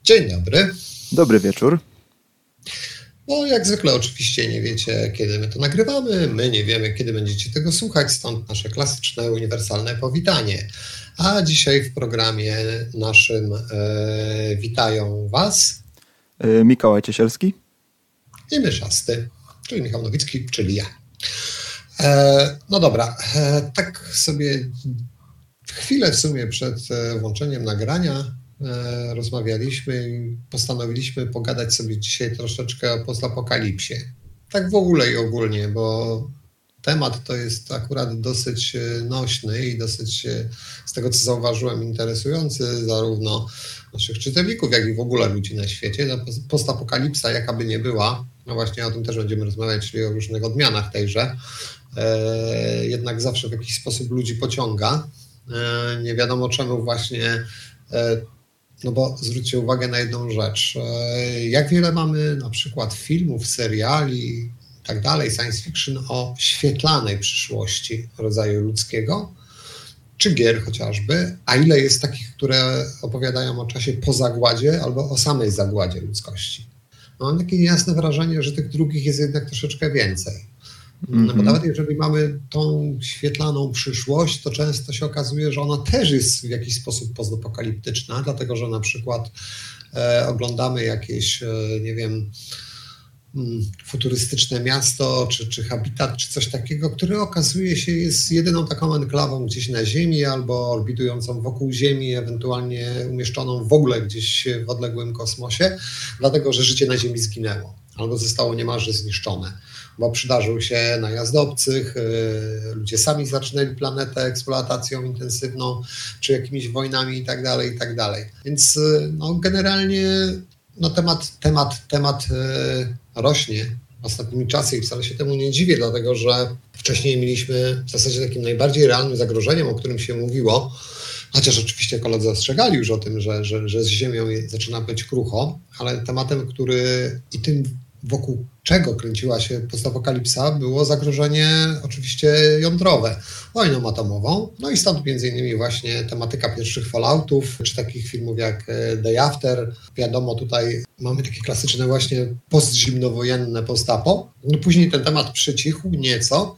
Dzień dobry. Dobry wieczór. No jak zwykle oczywiście nie wiecie, kiedy my to nagrywamy, my nie wiemy, kiedy będziecie tego słuchać, stąd nasze klasyczne, uniwersalne powitanie. A dzisiaj w programie naszym witają Was Mikołaj Ciesielski i Myszasty, czyli Michał Nowicki, czyli ja. No dobra, tak sobie chwilę w sumie przed włączeniem nagrania rozmawialiśmy i postanowiliśmy pogadać sobie dzisiaj troszeczkę o postapokalipsie. Tak w ogóle i ogólnie, bo temat to jest akurat dosyć nośny i dosyć, z tego co zauważyłem, interesujący zarówno naszych czytelników, jak i w ogóle ludzi na świecie. No, postapokalipsa, jaka by nie była, no właśnie o tym też będziemy rozmawiać, czyli o różnych odmianach tejże, jednak zawsze w jakiś sposób ludzi pociąga. Nie wiadomo czemu właśnie. No bo zwróćcie uwagę na jedną rzecz. Jak wiele mamy na przykład filmów, seriali i tak dalej, science fiction o świetlanej przyszłości rodzaju ludzkiego, czy gier chociażby, a ile jest takich, które opowiadają o czasie po zagładzie albo o samej zagładzie ludzkości. Mam takie niejasne wrażenie, że tych drugich jest jednak troszeczkę więcej. No bo nawet jeżeli mamy tą świetlaną przyszłość, to często się okazuje, że ona też jest w jakiś sposób postapokaliptyczna, dlatego że na przykład oglądamy jakieś, nie wiem, futurystyczne miasto, czy habitat, czy coś takiego, które okazuje się jest jedyną taką enklawą gdzieś na Ziemi albo orbitującą wokół Ziemi, ewentualnie umieszczoną w ogóle gdzieś w odległym kosmosie, dlatego że życie na Ziemi zginęło albo zostało niemalże zniszczone, bo przydarzył się najazd obcych, ludzie sami zaczynali planetę eksploatacją intensywną, czy jakimiś wojnami i tak dalej. Więc no, generalnie no, temat rośnie ostatnimi czasy i wcale się temu nie dziwię, dlatego że wcześniej mieliśmy w zasadzie takim najbardziej realnym zagrożeniem, o którym się mówiło, chociaż oczywiście koledzy ostrzegali już o tym, że z Ziemią zaczyna być krucho, ale tematem, który i tym wokół czego kręciła się postapokalipsa, było zagrożenie oczywiście jądrowe, wojną atomową. No i stąd między innymi właśnie tematyka pierwszych Falloutów, czy takich filmów jak Day After. Wiadomo, tutaj mamy takie klasyczne właśnie postzimnowojenne postapo. No później ten temat przycichł nieco,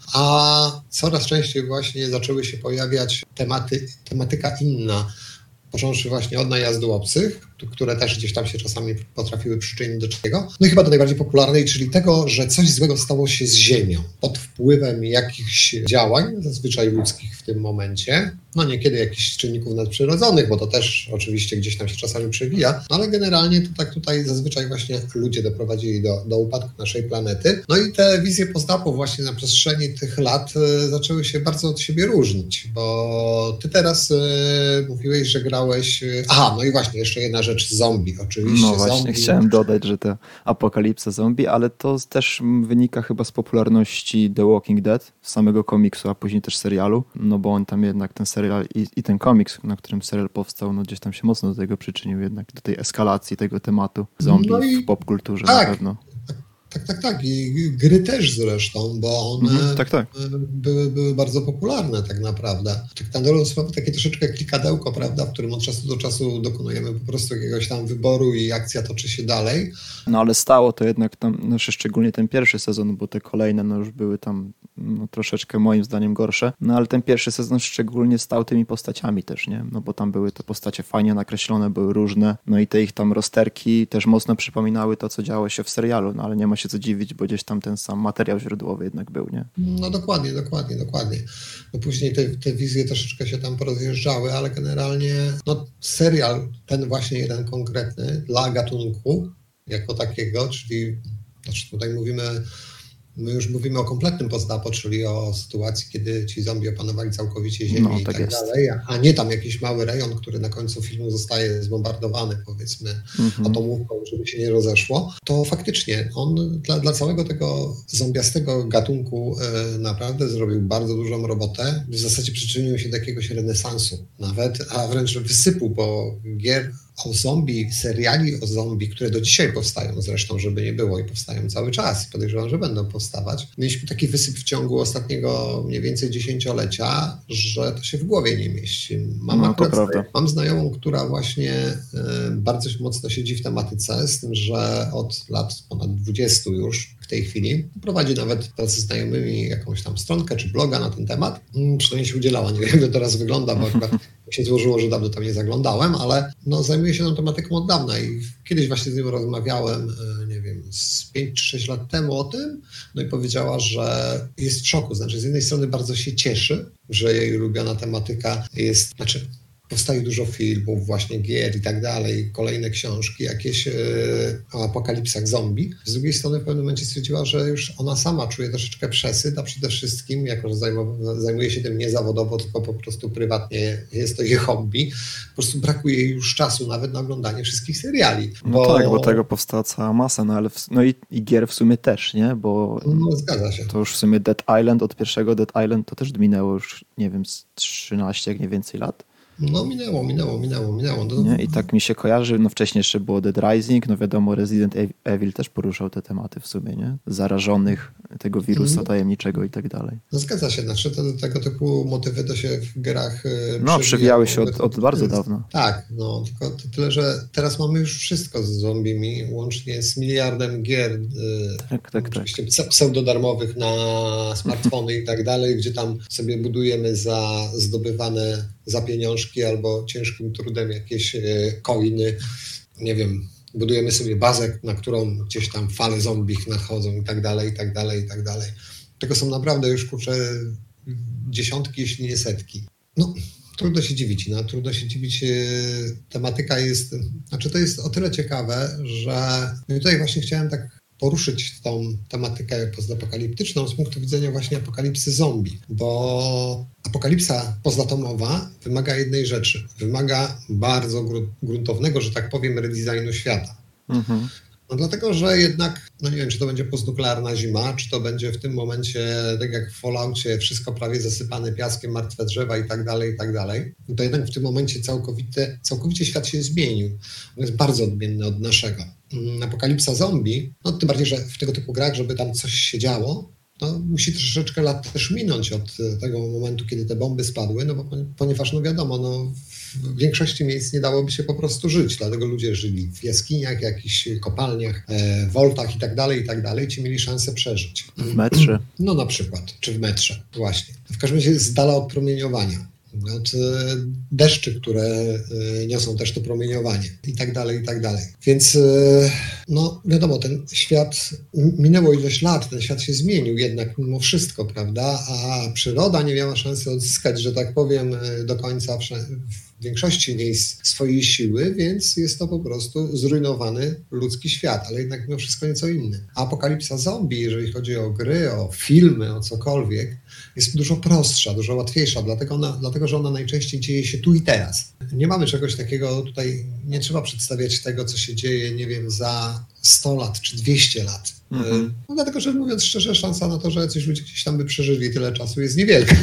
a coraz częściej właśnie zaczęły się pojawiać tematyka inna, począwszy właśnie od najazdu obcych, które też gdzieś tam się czasami potrafiły przyczynić do czego. No i chyba do najbardziej popularnej, czyli tego, że coś złego stało się z Ziemią pod wpływem jakichś działań, zazwyczaj ludzkich w tym momencie. No niekiedy jakichś czynników nadprzyrodzonych, bo to też oczywiście gdzieś tam się czasami przewija, no ale generalnie to tak tutaj zazwyczaj właśnie ludzie doprowadzili do upadku naszej planety. No i te wizje postapu właśnie na przestrzeni tych lat zaczęły się bardzo od siebie różnić, bo ty teraz mówiłeś, że grałeś... Aha, no i właśnie jeszcze jedna rzecz, zombie oczywiście. No właśnie, zombie. Chciałem dodać, że to apokalipsa zombie, ale to też wynika chyba z popularności The Walking Dead, samego komiksu, a później też serialu, no bo on tam jednak ten serial i ten komiks, na którym serial powstał, no gdzieś tam się mocno do tego przyczynił jednak, do tej eskalacji tego tematu zombie no w popkulturze tak. Na pewno. Tak. I gry też zresztą, bo one były bardzo popularne tak naprawdę. Tak na dobrą sprawę takie troszeczkę klikadełko, prawda, w którym od czasu do czasu dokonujemy po prostu jakiegoś tam wyboru i akcja toczy się dalej. No ale stało to jednak tam, znaczy szczególnie ten pierwszy sezon, bo te kolejne no już były tam no, troszeczkę moim zdaniem gorsze. No ale ten pierwszy sezon szczególnie stał tymi postaciami też, nie? No bo tam były te postacie fajnie nakreślone, były różne. No i te ich tam rozterki też mocno przypominały to, co działo się w serialu, no ale nie ma się co dziwić, bo gdzieś tam ten sam materiał źródłowy jednak był, nie? No dokładnie. No później te wizje troszeczkę się tam porozjeżdżały, ale generalnie no serial, ten właśnie jeden konkretny dla gatunku jako takiego, czyli znaczy tutaj my już mówimy o kompletnym postapo, czyli o sytuacji, kiedy ci zombie opanowali całkowicie Ziemię i tak dalej, a nie tam jakiś mały rejon, który na końcu filmu zostaje zbombardowany, powiedzmy, atomówką, żeby się nie rozeszło. To faktycznie on dla całego tego zombiastego gatunku naprawdę zrobił bardzo dużą robotę. W zasadzie przyczynił się do jakiegoś renesansu nawet, a wręcz wysypu, bo gier o zombie, seriali o zombie, które do dzisiaj powstają zresztą, żeby nie było i powstają cały czas. Podejrzewam, że będą powstawać. Mieliśmy taki wysyp w ciągu ostatniego mniej więcej dziesięciolecia, że to się w głowie nie mieści. Mam znajomą, która właśnie bardzo mocno siedzi w tematyce, z tym, że od lat ponad 20 już w tej chwili prowadzi nawet ze znajomymi jakąś tam stronkę czy bloga na ten temat. Przynajmniej się udzielała. Nie wiem, jak to teraz wygląda, bo chyba się złożyło, że dawno tam nie zaglądałem, ale zajmuję się tą tematyką od dawna i kiedyś właśnie z nią rozmawiałem, nie wiem, z 5 czy 6 lat temu o tym, i powiedziała, że jest w szoku. Znaczy, z jednej strony bardzo się cieszy, że jej ulubiona tematyka jest, powstaje dużo filmów, właśnie gier i tak dalej, kolejne książki, jakieś o apokalipsach zombie. Z drugiej strony w pewnym momencie stwierdziła, że już ona sama czuje troszeczkę przesyt, a przede wszystkim, jako że zajmuje się tym nie zawodowo, tylko po prostu prywatnie, jest to jej hobby, po prostu brakuje jej już czasu nawet na oglądanie wszystkich seriali. Bo tego powstała cała masa, ale i gier w sumie też, nie? Bo zgadza się. To już w sumie Dead Island, od pierwszego Dead Island to też minęło już, nie wiem, z 13, jak nie więcej lat. Minęło. Nie? I tak mi się kojarzy, wcześniej jeszcze było Dead Rising, wiadomo, Resident Evil też poruszał te tematy w sumie, nie? Zarażonych, tego wirusa tajemniczego i tak dalej. Zgadza się, tego typu motywy to się w grach przewijały się od bardzo dawna. Tak, tylko tyle, że teraz mamy już wszystko z zombimi, łącznie z miliardem gier, oczywiście pseudodarmowych na smartfony i tak dalej, gdzie tam sobie budujemy za zdobywane za pieniążki albo ciężkim trudem jakieś coiny, nie wiem, budujemy sobie bazę, na którą gdzieś tam fale zombich nadchodzą i tak dalej. Tego są naprawdę już, dziesiątki, jeśli nie setki. Trudno się dziwić, tematyka jest, to jest o tyle ciekawe, że tutaj właśnie chciałem tak poruszyć tą tematykę postapokaliptyczną z punktu widzenia właśnie apokalipsy zombie, bo apokalipsa pozatomowa wymaga jednej rzeczy. Wymaga bardzo gruntownego, że tak powiem, redesignu świata. Mhm. Dlatego, że jednak, nie wiem, czy to będzie postnuklearna zima, czy to będzie w tym momencie, tak jak w Falloutie, wszystko prawie zasypane piaskiem, martwe drzewa i tak dalej, to jednak w tym momencie całkowicie świat się zmienił. On jest bardzo odmienny od naszego. Apokalipsa zombie, tym bardziej, że w tego typu grach, żeby tam coś się działo, musi troszeczkę lat też minąć od tego momentu, kiedy te bomby spadły, ponieważ wiadomo, w większości miejsc nie dałoby się po prostu żyć, dlatego ludzie żyli w jaskiniach, jakichś kopalniach, woltach i tak dalej, ci mieli szansę przeżyć. W metrze. Na przykład, czy w metrze, właśnie. W każdym razie z dala od promieniowania, od deszczy, które niosą też to promieniowanie i tak dalej. Więc wiadomo, ten świat, minęło ileś lat, ten świat się zmienił jednak mimo wszystko, prawda, a przyroda nie miała szansy odzyskać, że tak powiem, do końca w większości miejsc swojej siły, więc jest to po prostu zrujnowany ludzki świat, ale jednak mimo wszystko nieco inny. A apokalipsa zombie, jeżeli chodzi o gry, o filmy, o cokolwiek, jest dużo prostsza, dużo łatwiejsza, dlatego że ona najczęściej dzieje się tu i teraz. Nie mamy czegoś takiego tutaj, nie trzeba przedstawiać tego, co się dzieje, nie wiem, za 100 lat czy 200 lat. Mhm. Dlatego, że mówiąc szczerze, szansa na to, że jacyś ludzie gdzieś tam by przeżyli tyle czasu jest niewielka.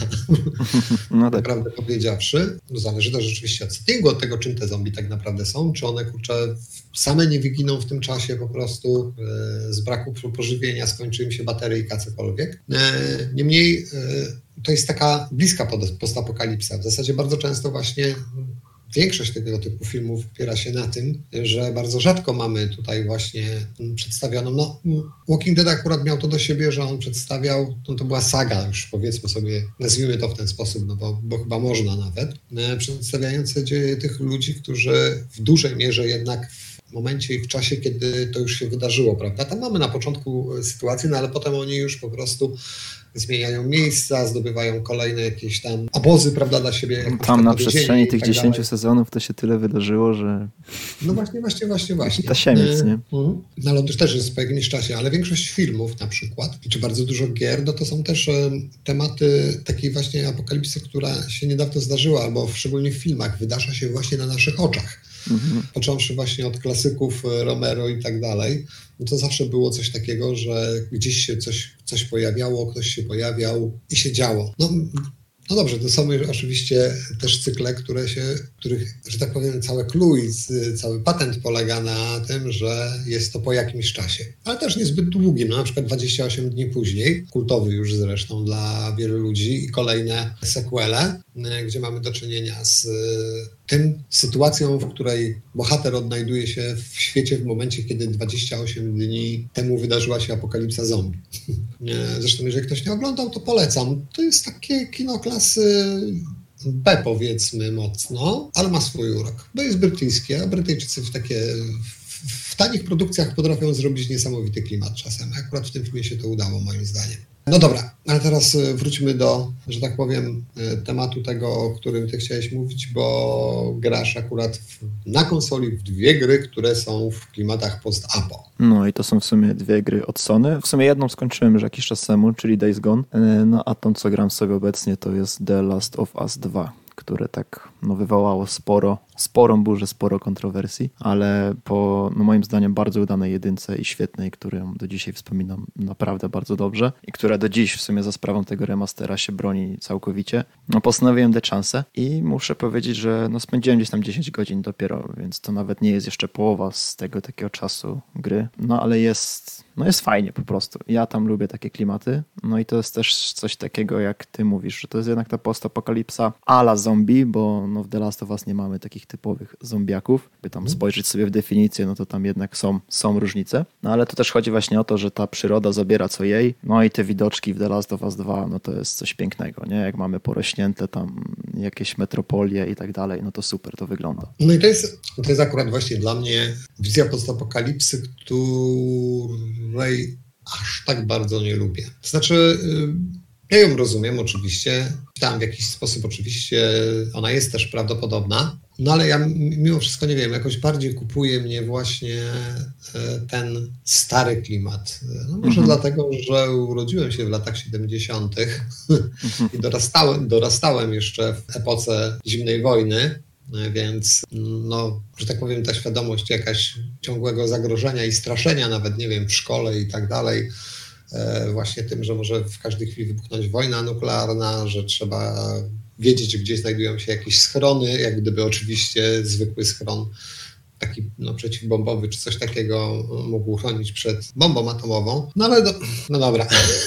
Tak. Prawdę powiedziawszy. Zależy to rzeczywiście od settingu, od tego, czym te zombie tak naprawdę są, czy one, same nie wyginą w tym czasie po prostu z braku pożywienia, skończy im się bateryjka, cokolwiek. Niemniej to jest taka bliska postapokalipsa. W zasadzie bardzo często właśnie większość tego typu filmów opiera się na tym, że bardzo rzadko mamy tutaj właśnie przedstawioną. Walking Dead akurat miał to do siebie, że on przedstawiał, to była saga już, powiedzmy sobie, nazwijmy to w ten sposób, bo chyba można nawet, przedstawiające dzieje tych ludzi, którzy w dużej mierze jednak w momencie i w czasie, kiedy to już się wydarzyło, prawda? Tam mamy na początku sytuację, ale potem oni już po prostu zmieniają miejsca, zdobywają kolejne jakieś tam obozy, prawda, dla siebie. Tam na przestrzeni tych 10 sezonów to się tyle wydarzyło, że... Właśnie. Tasiemiec, nie? Ale on też jest po jakimś czasie, ale większość filmów na przykład, czy bardzo dużo gier, to są też tematy takiej właśnie apokalipsy, która się niedawno zdarzyła, albo szczególnie w filmach, wydarza się właśnie na naszych oczach. Począwszy właśnie od klasyków Romero i tak dalej, to zawsze było coś takiego, że gdzieś się coś pojawiało, ktoś się pojawiał i się działo. No dobrze, to są oczywiście też cykle, których, że tak powiem, całe clue i cały patent polega na tym, że jest to po jakimś czasie, ale też niezbyt długim, no na przykład 28 dni później, kultowy już zresztą dla wielu ludzi i kolejne sequele, gdzie mamy do czynienia z tym sytuacją, w której bohater odnajduje się w świecie w momencie, kiedy 28 dni temu wydarzyła się apokalipsa zombie. Zresztą jeżeli ktoś nie oglądał, to polecam. To jest takie kino klasy B, powiedzmy, mocno, ale ma swój urok, bo jest brytyjskie, a Brytyjczycy w tanich produkcjach potrafią zrobić niesamowity klimat czasem. Akurat w tym filmie się to udało, moim zdaniem. No dobra, ale teraz wróćmy do, że tak powiem, tematu tego, o którym ty chciałeś mówić, bo grasz akurat na konsoli w 2 gry, które są w klimatach post-apo. No i to są w sumie 2 gry od Sony. W sumie jedną skończyłem już jakiś czas temu, czyli Days Gone. No a tą, co gram sobie obecnie, to jest The Last of Us 2, które tak wywołało sporą burzę, sporo kontrowersji, ale po moim zdaniem bardzo udanej jedynce i świetnej, którą do dzisiaj wspominam naprawdę bardzo dobrze i która do dziś w sumie za sprawą tego remastera się broni całkowicie. Postanowiłem dać szansę i muszę powiedzieć, że spędziłem gdzieś tam 10 godzin dopiero, więc to nawet nie jest jeszcze połowa z tego takiego czasu gry, ale jest fajnie po prostu. Ja tam lubię takie klimaty, i to jest też coś takiego, jak ty mówisz, że to jest jednak ta postapokalipsa a la zombie, bo w The Last of Us nie mamy takich typowych zombiaków. By tam spojrzeć sobie w definicję, to tam jednak są różnice. Ale to też chodzi właśnie o to, że ta przyroda zabiera co jej, i te widoczki w The Last of Us 2, to jest coś pięknego, nie? Jak mamy porośnięte tam jakieś metropolie i tak dalej, to super to wygląda. No i to jest akurat właśnie dla mnie wizja postapokalipsy, której aż tak bardzo nie lubię. To znaczy, ja ją rozumiem oczywiście, tam w jakiś sposób oczywiście ona jest też prawdopodobna, ale ja mimo wszystko nie wiem, jakoś bardziej kupuje mnie właśnie ten stary klimat. Może dlatego, że urodziłem się w latach 70. I dorastałem jeszcze w epoce zimnej wojny, więc że tak powiem, ta świadomość jakaś ciągłego zagrożenia i straszenia, nawet nie wiem, w szkole i tak dalej, właśnie tym, że może w każdej chwili wybuchnąć wojna nuklearna, że trzeba wiedzieć, gdzie znajdują się jakieś schrony, jak gdyby oczywiście zwykły schron taki przeciwbombowy czy coś takiego mógł chronić przed bombą atomową. Ale dobra.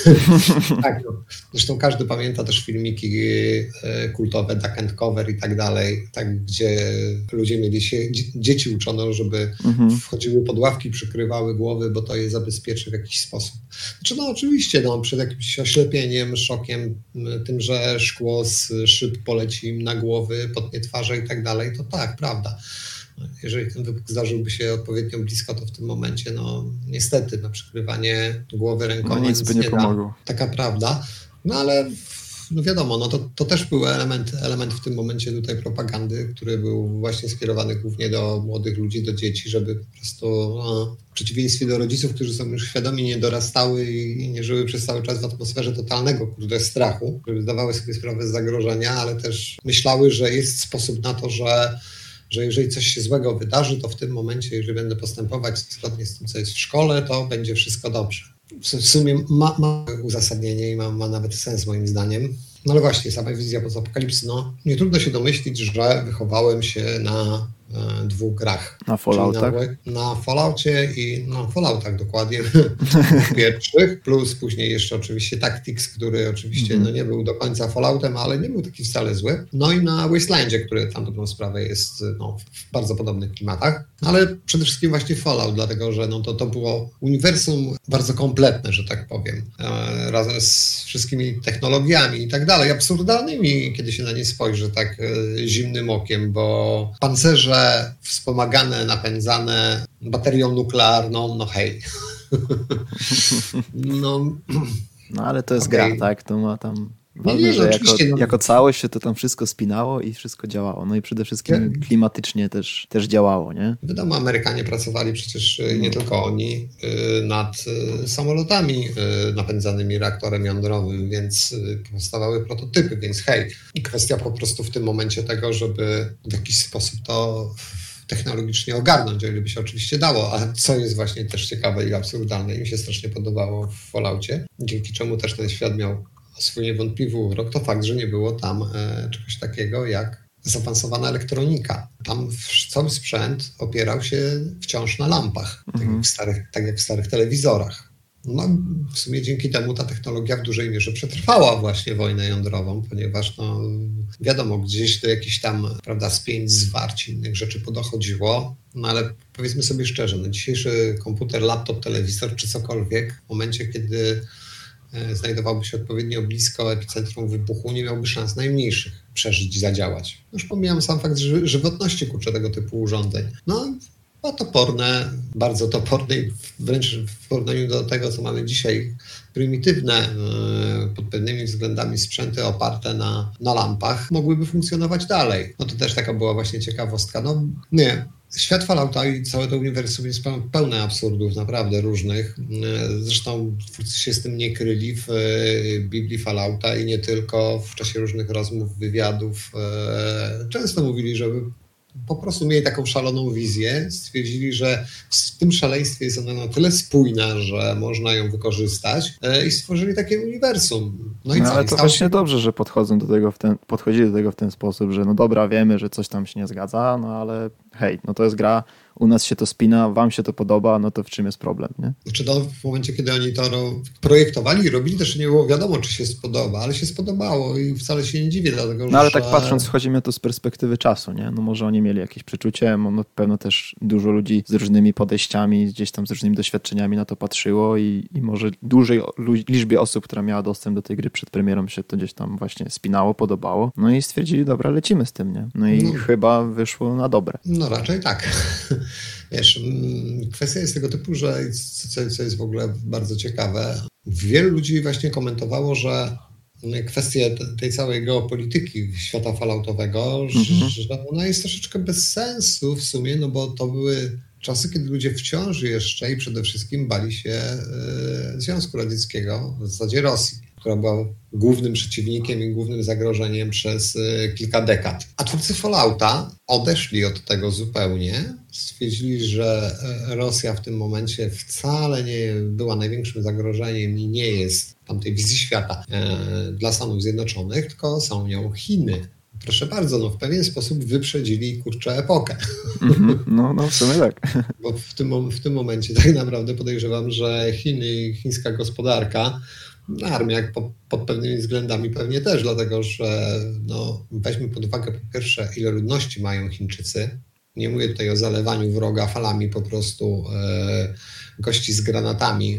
Tak, Zresztą każdy pamięta też filmiki kultowe, Duck and Cover i tak dalej, gdzie ludzie mieli się, dzieci uczono, żeby wchodziły pod ławki, przykrywały głowy, bo to je zabezpieczy w jakiś sposób. Znaczy oczywiście przed jakimś oślepieniem, szokiem, tym, że szkło z szyb poleci im na głowy, potnie twarze i tak dalej, to tak, prawda. Jeżeli ten wybuch zdarzyłby się odpowiednio blisko, to w tym momencie, niestety, przykrywanie głowy ręką nic by nie pomogło. Taka prawda. Ale wiadomo, to też był element w tym momencie tutaj propagandy, który był właśnie skierowany głównie do młodych ludzi, do dzieci, żeby po prostu w przeciwieństwie do rodziców, którzy są już świadomi, nie dorastały i nie żyły przez cały czas w atmosferze totalnego strachu, żeby zdawały sobie sprawę z zagrożenia, ale też myślały, że jest sposób na to, że jeżeli coś się złego wydarzy, to w tym momencie, jeżeli będę postępować zgodnie z tym, co jest w szkole, to będzie wszystko dobrze. W sumie ma uzasadnienie i ma nawet sens moim zdaniem. Ale właśnie, sama wizja postapokalipsy, nie trudno się domyślić, że wychowałem się na 2 grach. Na Falloutach? Na Falloutie i Falloutach dokładnie. Pierwszych, plus później jeszcze oczywiście Tactics, który oczywiście nie był do końca Falloutem, ale nie był taki wcale zły. I na Wastelandzie, który tam dobrą sprawę jest w bardzo podobnych klimatach. Ale przede wszystkim właśnie Fallout, dlatego że to było uniwersum bardzo kompletne, że tak powiem. Razem z wszystkimi technologiami i tak dalej, absurdalnymi, kiedy się na nie spojrzy tak zimnym okiem, bo pancerze wspomagane, napędzane baterią nuklearną, hej. Ale to jest gra, tak? To ma tam... Ważne, że jako całość się to tam wszystko spinało i wszystko działało. I przede wszystkim klimatycznie też działało, nie? Wiadomo, Amerykanie pracowali przecież nie tylko oni nad samolotami napędzanymi reaktorem jądrowym, więc powstawały prototypy, więc hej. I kwestia po prostu w tym momencie tego, żeby w jakiś sposób to technologicznie ogarnąć, o ile by się oczywiście dało, a co jest właśnie też ciekawe i absurdalne i mi się strasznie podobało w Falloutie, dzięki czemu też ten świat miał swój niewątpliwy urok, to fakt, że nie było tam czegoś takiego jak zaawansowana elektronika. Tam cały sprzęt opierał się wciąż na lampach, tak jak w starych telewizorach. No, w sumie dzięki temu ta technologia w dużej mierze przetrwała właśnie wojnę jądrową, ponieważ wiadomo, gdzieś do jakichś tam, prawda, spięć, zwarć, innych rzeczy podochodziło, no ale powiedzmy sobie szczerze, dzisiejszy komputer, laptop, telewizor czy cokolwiek, w momencie, kiedy znajdowałby się odpowiednio blisko epicentrum wybuchu, nie miałby szans najmniejszych przeżyć i zadziałać. Już pomijam sam fakt żywotności tego typu urządzeń. No toporne, bardzo toporne i wręcz w porównaniu do tego, co mamy dzisiaj, prymitywne pod pewnymi względami sprzęty oparte na lampach, mogłyby funkcjonować dalej. No to też taka była właśnie ciekawostka. No nie, świat Fallouta i całego uniwersum jest pełne absurdów, naprawdę różnych. Zresztą twórcy się z tym nie kryli w Biblii Fallouta i nie tylko. W czasie różnych rozmów, wywiadów często mówili, że po prostu mieli taką szaloną wizję, stwierdzili, że w tym szaleństwie jest ona na tyle spójna, że można ją wykorzystać i stworzyli takie uniwersum. No i co? Ale to właśnie dobrze, że podchodzili do tego w ten sposób, że no dobra, wiemy, że coś tam się nie zgadza, no ale hej, no to jest gra, u nas się to spina, wam się to podoba, no to w czym jest problem, nie? Znaczy w momencie, kiedy oni to projektowali i robili, też nie było wiadomo, czy się spodoba, ale się spodobało i wcale się nie dziwię, dlatego że... No ale tak patrząc, chodzi mi o to z perspektywy czasu, nie? No może oni mieli jakieś przeczucie, na pewno też dużo ludzi z różnymi podejściami, gdzieś tam z różnymi doświadczeniami na to patrzyło i może dużej liczbie osób, która miała dostęp do tej gry przed premierą, się to gdzieś tam właśnie spinało, podobało. No i stwierdzili, dobra, lecimy z tym, nie? No i chyba wyszło na dobre. No raczej tak. Wiesz, kwestia jest tego typu, że co jest w ogóle bardzo ciekawe, wielu ludzi właśnie komentowało, że kwestia tej całej geopolityki świata falloutowego, że ona jest troszeczkę bez sensu w sumie, no bo to były czasy, kiedy ludzie wciąż jeszcze i przede wszystkim bali się Związku Radzieckiego, w zasadzie Rosji, która była głównym przeciwnikiem i głównym zagrożeniem przez kilka dekad. A twórcy Fallouta odeszli od tego zupełnie. Stwierdzili, że Rosja w tym momencie wcale nie była największym zagrożeniem i nie jest tamtej wizji świata dla Stanów Zjednoczonych, tylko są nią Chiny. Proszę bardzo, no w pewien sposób wyprzedzili, epokę. No w sumie tak. Bo w tym momencie tak naprawdę podejrzewam, że Chiny i chińska gospodarka, armia pod pewnymi względami pewnie też, dlatego że weźmy pod uwagę po pierwsze, ile ludności mają Chińczycy. Nie mówię tutaj o zalewaniu wroga falami po prostu gości z granatami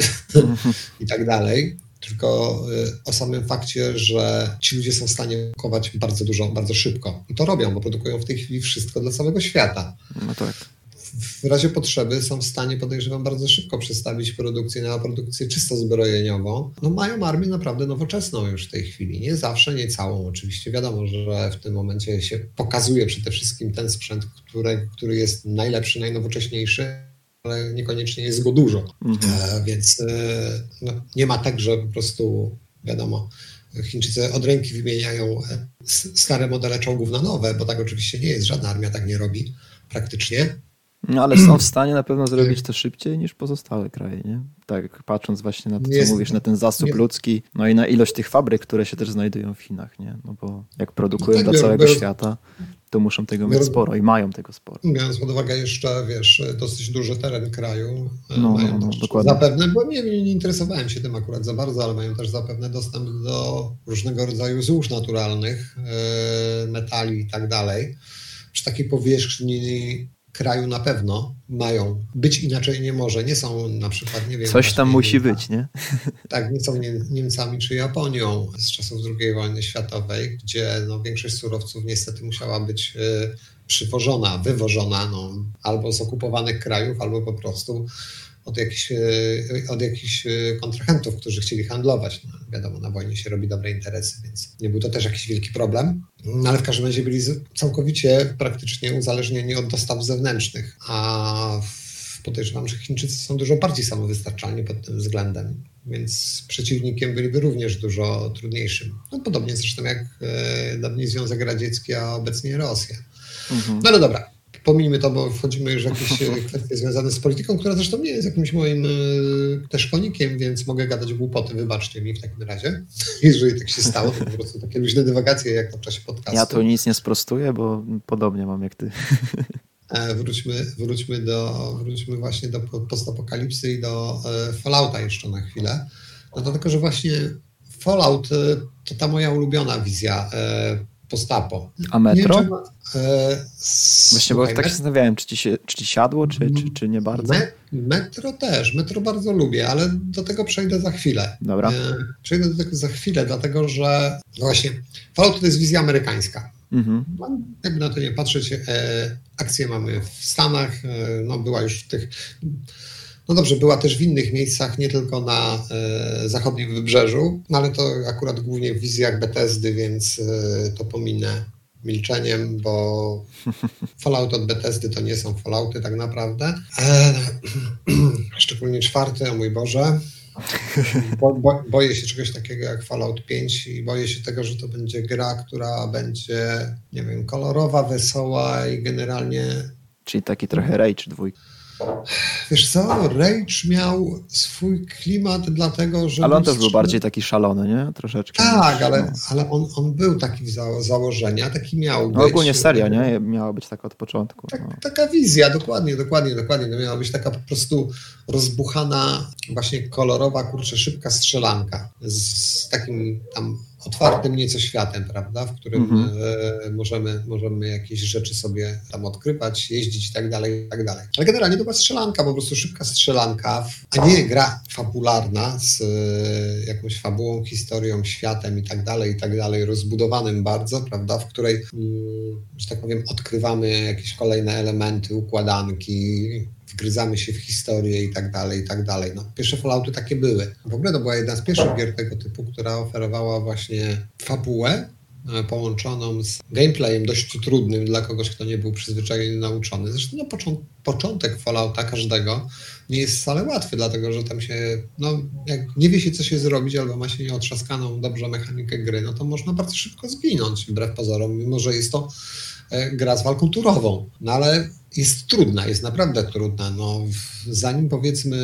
i tak dalej, tylko o samym fakcie, że ci ludzie są w stanie produkować bardzo dużo, bardzo szybko. I to robią, bo produkują w tej chwili wszystko dla całego świata. No tak. W razie potrzeby są w stanie, podejrzewam, bardzo szybko przestawić produkcję na produkcję czysto zbrojeniową. No mają armię naprawdę nowoczesną już w tej chwili. Nie zawsze, nie całą oczywiście. Wiadomo, że w tym momencie się pokazuje przede wszystkim ten sprzęt, który jest najlepszy, najnowocześniejszy, ale niekoniecznie jest go dużo. Więc nie ma tak, że po prostu, wiadomo, Chińczycy od ręki wymieniają stare modele czołgów na nowe, bo tak oczywiście nie jest. Żadna armia tak nie robi praktycznie. No ale są w stanie na pewno zrobić to szybciej niż pozostałe kraje, nie? Tak, patrząc właśnie na to, co mówisz, na ten zasób ludzki, no i na ilość tych fabryk, które się też znajdują w Chinach, nie? No bo jak produkują dla całego świata, to muszą tego mieć sporo i mają tego sporo. Biorąc pod uwagę jeszcze, dosyć duży teren kraju, mają też dokładnie. zapewne, bo nie interesowałem się tym akurat za bardzo, ale mają też zapewne dostęp do różnego rodzaju złóż naturalnych, metali i tak dalej. Przy takiej powierzchni kraju na pewno mają. Być inaczej nie może. Nie są na przykład, nie wiem... Coś tam musi być, nie? Tak, nie są Niemcami czy Japonią z czasów II wojny światowej, gdzie większość surowców niestety musiała być przywożona, wywożona albo z okupowanych krajów, albo po prostu od jakichś kontrahentów, którzy chcieli handlować. Wiadomo, na wojnie się robi dobre interesy, więc nie był to też jakiś wielki problem. Ale w każdym razie byli całkowicie praktycznie uzależnieni od dostaw zewnętrznych. A podejrzewam, że Chińczycy są dużo bardziej samowystarczalni pod tym względem, więc przeciwnikiem byliby również dużo trudniejszym. Podobnie zresztą jak dawniej Związek Radziecki, a obecnie Rosja. No ale dobra. pomijmy to, bo wchodzimy już w jakieś kwestie związane z polityką, która zresztą nie jest jakimś moim też konikiem, więc mogę gadać głupoty, wybaczcie mi w takim razie. Jeżeli tak się stało, to po prostu takie luźne dywagacje jak to w czasie podcastu. Ja tu nic nie sprostuję, bo podobnie mam jak ty. Wróćmy właśnie do postapokalipsy i do Fallouta jeszcze na chwilę. No to tylko, że właśnie Fallout to ta moja ulubiona wizja postapo. A Metro? Nie, właśnie, bo tak się zastanawiałem, czy ci siadło, czy nie bardzo? Metro też. Metro bardzo lubię, ale do tego przejdę za chwilę. Dobra. Przejdę do tego za chwilę, dlatego że właśnie Fallout to jest wizja amerykańska. Jakby na to nie patrzeć, akcje mamy w Stanach, no była już w tych... No dobrze, była też w innych miejscach, nie tylko na zachodnim wybrzeżu, no ale to akurat głównie w wizjach Bethesdy, więc to pominę milczeniem, bo Fallout od Bethesdy to nie są Fallouty tak naprawdę. Szczególnie 4, o mój Boże. Boję się czegoś takiego jak Fallout 5 i boję się tego, że to będzie gra, która będzie, nie wiem, kolorowa, wesoła i generalnie... Czyli taki trochę Rage 2. Wiesz co, Rage miał swój klimat, dlatego że... Ale on też był bardziej taki szalony, nie? Troszeczkę. Tak, ale on był taki z założenia, taki miał być. No ogólnie seria, nie? Miała być taka od początku. Tak, no. Taka wizja, dokładnie. No miała być taka po prostu rozbuchana, właśnie kolorowa, szybka strzelanka z takim tam otwartym nieco światem, prawda, w którym możemy jakieś rzeczy sobie tam odkrywać, jeździć i tak dalej, i tak dalej. Ale generalnie to była strzelanka, po prostu szybka strzelanka, a nie gra fabularna z jakąś fabułą, historią, światem i tak dalej, rozbudowanym bardzo, prawda, w której, że tak powiem, odkrywamy jakieś kolejne elementy, układanki, wgryzamy się w historię i tak dalej. No, pierwsze Fallouty takie były. W ogóle to była jedna z pierwszych gier tego typu, która oferowała właśnie fabułę połączoną z gameplayem dość trudnym dla kogoś, kto nie był przyzwyczajony, nauczony. Zresztą początek Fallouta każdego nie jest wcale łatwy, dlatego że tam się, jak nie wie się, co się zrobić, albo ma się nieotrzaskaną dobrze mechanikę gry, no to można bardzo szybko zginąć, wbrew pozorom, mimo że jest to gra z walką turową. No ale jest trudna, jest naprawdę trudna. No, zanim powiedzmy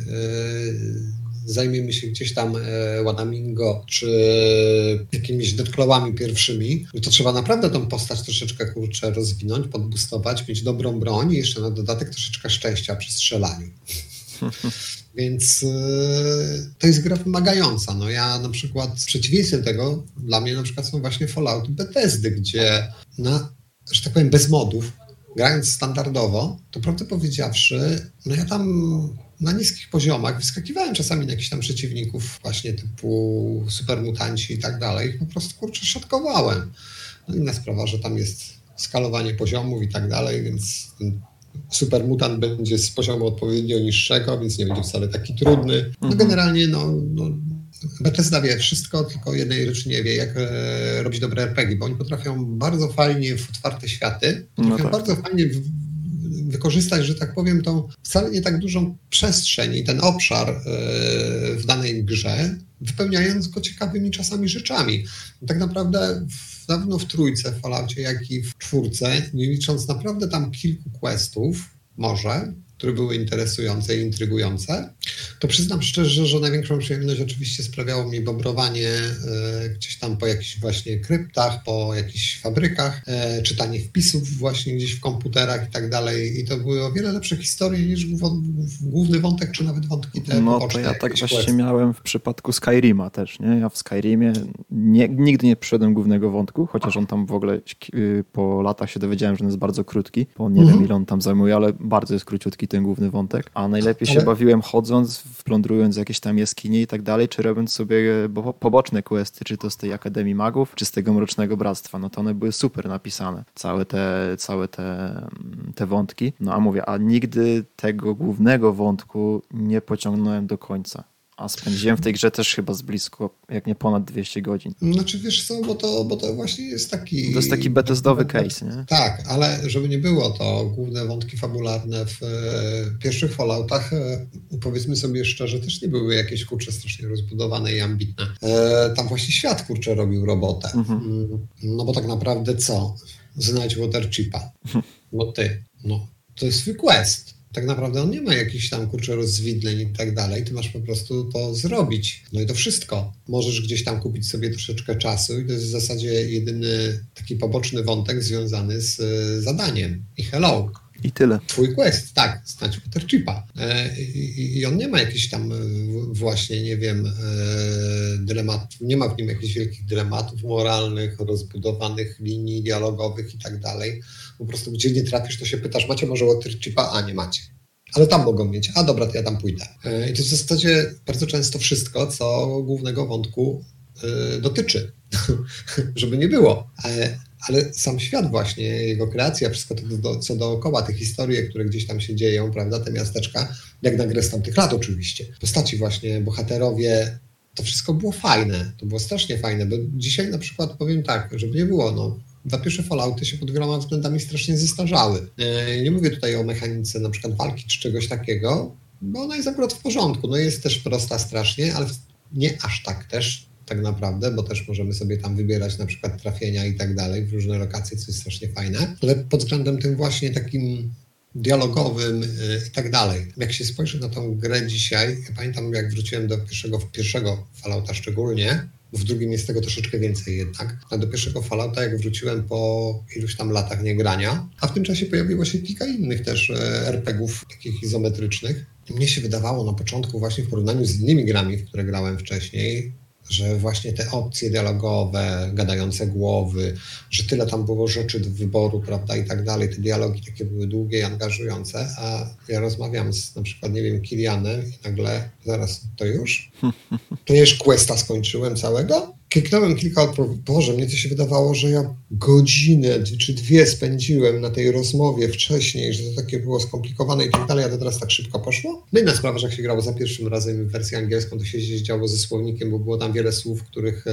zajmiemy się gdzieś tam Wadamingo czy jakimiś deadclawami pierwszymi, to trzeba naprawdę tą postać troszeczkę rozwinąć, podbustować, mieć dobrą broń i jeszcze na dodatek troszeczkę szczęścia przy strzelaniu. Więc to jest gra wymagająca. No ja na przykład przeciwieństwem tego dla mnie na przykład są właśnie Fallouty Bethesdy, gdzie że tak powiem bez modów, grając standardowo, to prawdę powiedziawszy, no ja tam na niskich poziomach wyskakiwałem czasami na jakichś tam przeciwników właśnie typu supermutanci i tak dalej, po prostu szatkowałem. No inna sprawa, że tam jest skalowanie poziomów i tak dalej, więc ten supermutant będzie z poziomu odpowiednio niższego, więc nie będzie wcale taki trudny. No generalnie Bethesda wie wszystko, tylko jednej rzeczy nie wie, jak robić dobre RPG, bo oni potrafią bardzo fajnie w otwarte światy, bardzo fajnie wykorzystać, że tak powiem, tą wcale nie tak dużą przestrzeń i ten obszar w danej grze, wypełniając go ciekawymi czasami rzeczami. Tak naprawdę zarówno w 3 w Falloutie, jak i w 4, nie licząc naprawdę tam kilku questów, które były interesujące i intrygujące, to przyznam szczerze, że największą przyjemność oczywiście sprawiało mi bobrowanie gdzieś tam po jakichś właśnie kryptach, po jakichś fabrykach, czytanie wpisów właśnie gdzieś w komputerach i tak dalej. I to były o wiele lepsze historie niż główny wątek, czy nawet wątki te poboczne. No to ja tak właśnie miałem w przypadku Skyrima też, nie? Ja w Skyrimie nigdy nie przyszedłem głównego wątku, chociaż on tam w ogóle po latach się dowiedziałem, że on jest bardzo krótki, bo nie wiem ile on tam zajmuje, ale bardzo jest króciutki ten główny wątek, a najlepiej się bawiłem chodząc, plądrując jakieś tam jaskinie i tak dalej, czy robiąc sobie poboczne questy, czy to z tej Akademii Magów, czy z tego Mrocznego Bractwa, no to one były super napisane, całe te wątki, no a mówię, a nigdy tego głównego wątku nie pociągnąłem do końca. A spędziłem w tej grze też chyba z blisko, jak nie ponad 200 godzin. Znaczy wiesz co, bo to właśnie jest taki... To jest taki Bethesdowy case, nie? Tak, ale żeby nie było, to główne wątki fabularne w pierwszych Falloutach, powiedzmy sobie szczerze, też nie były jakieś strasznie rozbudowane i ambitne. Tam właśnie świat robił robotę. No bo tak naprawdę co? znajdź Waterchipa. No to jest swój quest. Tak naprawdę on nie ma jakichś tam, rozwidleń i tak dalej. Ty masz po prostu to zrobić. No i to wszystko. Możesz gdzieś tam kupić sobie troszeczkę czasu i to jest w zasadzie jedyny taki poboczny wątek związany z zadaniem. I hello. I tyle. Twój quest, tak, znać Waterchipa. I on nie ma jakichś tam właśnie, nie wiem, dylematów, nie ma w nim jakichś wielkich dylematów moralnych, rozbudowanych linii dialogowych i tak dalej. Po prostu gdzie nie trafisz, to się pytasz, macie może Waterchipa? A, nie macie. Ale tam mogą mieć. A dobra, to ja tam pójdę. I to w zasadzie bardzo często wszystko, co głównego wątku dotyczy. Żeby nie było. Ale sam świat właśnie, jego kreacja, wszystko to, co dookoła, te historie, które gdzieś tam się dzieją, prawda, te miasteczka, jak na grę z tamtych lat oczywiście. Postaci właśnie, bohaterowie, to wszystko było fajne. To było strasznie fajne, bo dzisiaj na przykład powiem tak, żeby nie było, dwa pierwsze Fallouty się pod wieloma względami strasznie zestarzały. Nie mówię tutaj o mechanice na przykład walki czy czegoś takiego, bo ona jest akurat w porządku. Jest też prosta strasznie, ale nie aż tak też, tak naprawdę, bo też możemy sobie tam wybierać na przykład trafienia i tak dalej w różne lokacje, co jest strasznie fajne, ale pod względem tym właśnie takim dialogowym i tak dalej. Jak się spojrzy na tą grę dzisiaj, ja pamiętam jak wróciłem do pierwszego Fallouta szczególnie, bo w drugim jest tego troszeczkę więcej jednak, a do pierwszego Fallouta jak wróciłem po iluś tam latach niegrania, a w tym czasie pojawiło się kilka innych też RPG-ów takich izometrycznych. I mnie się wydawało na początku właśnie w porównaniu z innymi grami, w które grałem wcześniej, że właśnie te opcje dialogowe, gadające głowy, że tyle tam było rzeczy do wyboru, prawda, i tak dalej, te dialogi takie były długie i angażujące, a ja rozmawiam z na przykład, nie wiem, Kilianem i nagle, zaraz, to już? To już questa skończyłem całego? Kliknąłem kilka odpowiedzi. Boże, mnie to się wydawało, że ja godzinę czy dwie spędziłem na tej rozmowie wcześniej, że to takie było skomplikowane i tak dalej, a to teraz tak szybko poszło. No inna sprawa, że jak się grało za pierwszym razem w wersję angielską, to się działo ze słownikiem, bo było tam wiele słów, których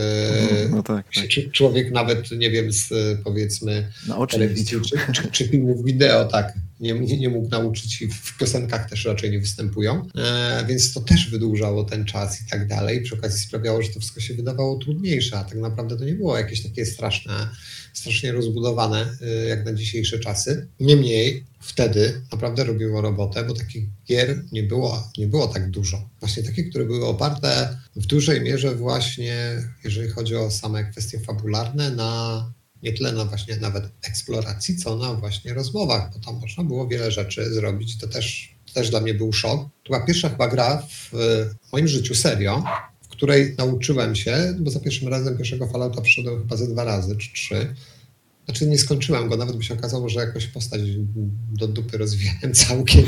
człowiek nawet, nie wiem, z powiedzmy telewizji czy filmów wideo, tak, nie mógł nauczyć i w piosenkach też raczej nie występują, więc to też wydłużało ten czas i tak dalej. Przy okazji sprawiało, że to wszystko się wydawało trudniejsze, a tak naprawdę to nie było jakieś takie strasznie rozbudowane jak na dzisiejsze czasy. Niemniej wtedy naprawdę robiło robotę, bo takich gier nie było tak dużo. Właśnie takie, które były oparte w dużej mierze właśnie, jeżeli chodzi o same kwestie fabularne, nie tyle na właśnie nawet eksploracji, co na właśnie rozmowach, bo tam można było wiele rzeczy zrobić. To też dla mnie był szok. To była pierwsza chyba gra w moim życiu, serio, w której nauczyłem się, bo za pierwszym razem pierwszego Fallouta przyszedłem chyba ze 2 razy czy 3. Znaczy nie skończyłem go, nawet by się okazało, że jakoś postać do dupy rozwijałem całkiem,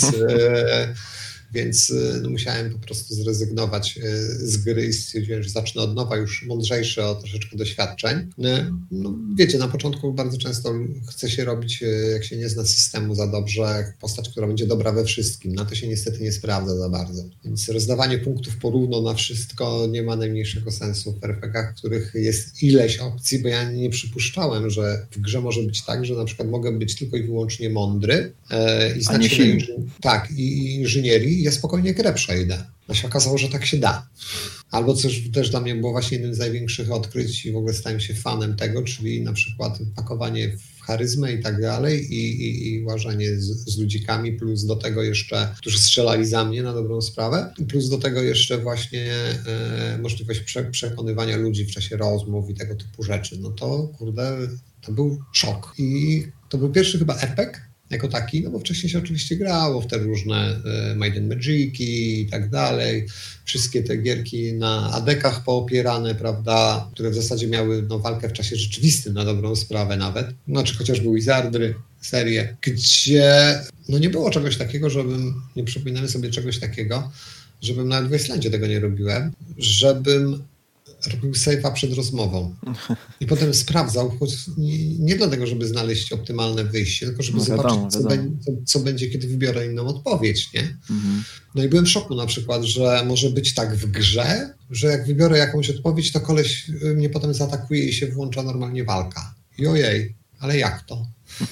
więc musiałem po prostu zrezygnować z gry i stwierdziłem, że zacznę od nowa, już mądrzejszy o troszeczkę doświadczeń. Wiecie, na początku bardzo często chce się robić, jak się nie zna systemu za dobrze, postać, która będzie dobra we wszystkim. Na to się niestety nie sprawdza za bardzo. Więc rozdawanie punktów porówno na wszystko nie ma najmniejszego sensu w RPG-ach, w których jest ileś opcji, bo ja nie przypuszczałem, że w grze może być tak, że na przykład mogę być tylko i wyłącznie mądry i znać i inżynierii, ja spokojnie grę przejdę. A się okazało, że tak się da. Albo coś też dla mnie było właśnie jednym z największych odkryć i w ogóle stałem się fanem tego, czyli na przykład pakowanie w charyzmę i tak dalej i łażenie z ludzikami, plus do tego jeszcze, którzy strzelali za mnie na dobrą sprawę, plus do tego jeszcze właśnie możliwość przekonywania ludzi w czasie rozmów i tego typu rzeczy. No to kurde, to był szok. I to był pierwszy chyba RPG jako taki, no bo wcześniej się oczywiście grało w te różne Might and Magiki i tak dalej. Wszystkie te gierki na AD-kach poopierane, prawda, które w zasadzie miały walkę w czasie rzeczywistym na dobrą sprawę nawet. Czy chociażby Wizardry, serie, gdzie nie było czegoś takiego, nie przypominamy sobie czegoś takiego, żebym nawet w Icelandzie tego nie robiłem, żebym robił save'a przed rozmową i potem sprawdzał, choć nie dlatego, żeby znaleźć optymalne wyjście, tylko żeby zobaczyć, co będzie, kiedy wybiorę inną odpowiedź, nie? Mhm. No i byłem w szoku na przykład, że może być tak w grze, że jak wybiorę jakąś odpowiedź, to koleś mnie potem zaatakuje i się włącza normalnie walka. I ojej, ale jak to?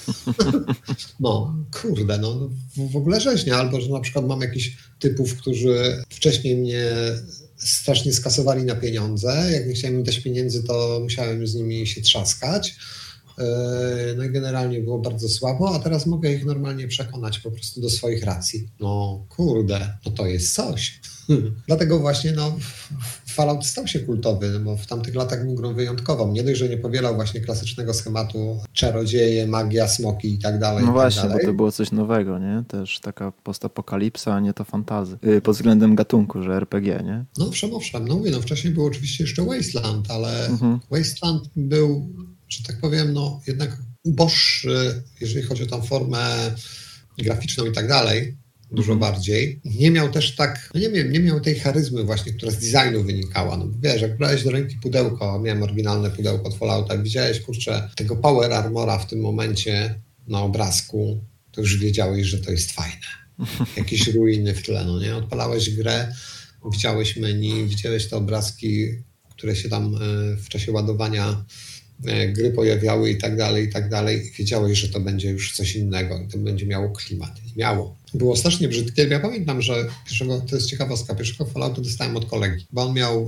W ogóle rzeźnia, albo że na przykład mam jakichś typów, którzy wcześniej mnie strasznie skasowali na pieniądze. Jak nie chciałem im dać pieniędzy, to musiałem z nimi się trzaskać. No i generalnie było bardzo słabo, a teraz mogę ich normalnie przekonać po prostu do swoich racji. No kurde, no to jest coś. Dlatego właśnie Fallout stał się kultowy, no bo w tamtych latach był grą wyjątkową. Nie dość, że nie powielał właśnie klasycznego schematu czarodzieje, magia, smoki i tak dalej. No właśnie, bo to było coś nowego, nie? Też taka postapokalipsa, a nie to fantazy. Pod względem gatunku, że RPG, nie? No owszem. No mówię, wcześniej był oczywiście jeszcze Wasteland, ale Wasteland był, że tak powiem, no jednak uboższy, jeżeli chodzi o tą formę graficzną i tak dalej. Dużo bardziej. Nie miał też tak, no nie miał tej charyzmy właśnie, która z designu wynikała. No wiesz, jak brałeś do ręki pudełko, miałem oryginalne pudełko od Fallouta, widziałeś, kurczę, tego Power Armora w tym momencie na obrazku, to już wiedziałeś, że to jest fajne. Jakieś ruiny w tle, no nie? Odpalałeś grę, widziałeś menu, widziałeś te obrazki, które się tam w czasie ładowania gry pojawiały i tak dalej. I wiedziałeś, że to będzie już coś innego i to będzie miało klimat. I miało. Było strasznie brzydkie. Ja pamiętam, że to jest ciekawostka, pierwszego Falloutu dostałem od kolegi, bo on miał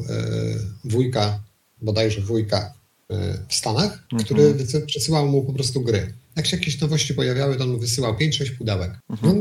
bodajże wujka w Stanach, który przesyłał mu po prostu gry. Jak się jakieś nowości pojawiały, to on mu wysyłał 5-6 pudełek.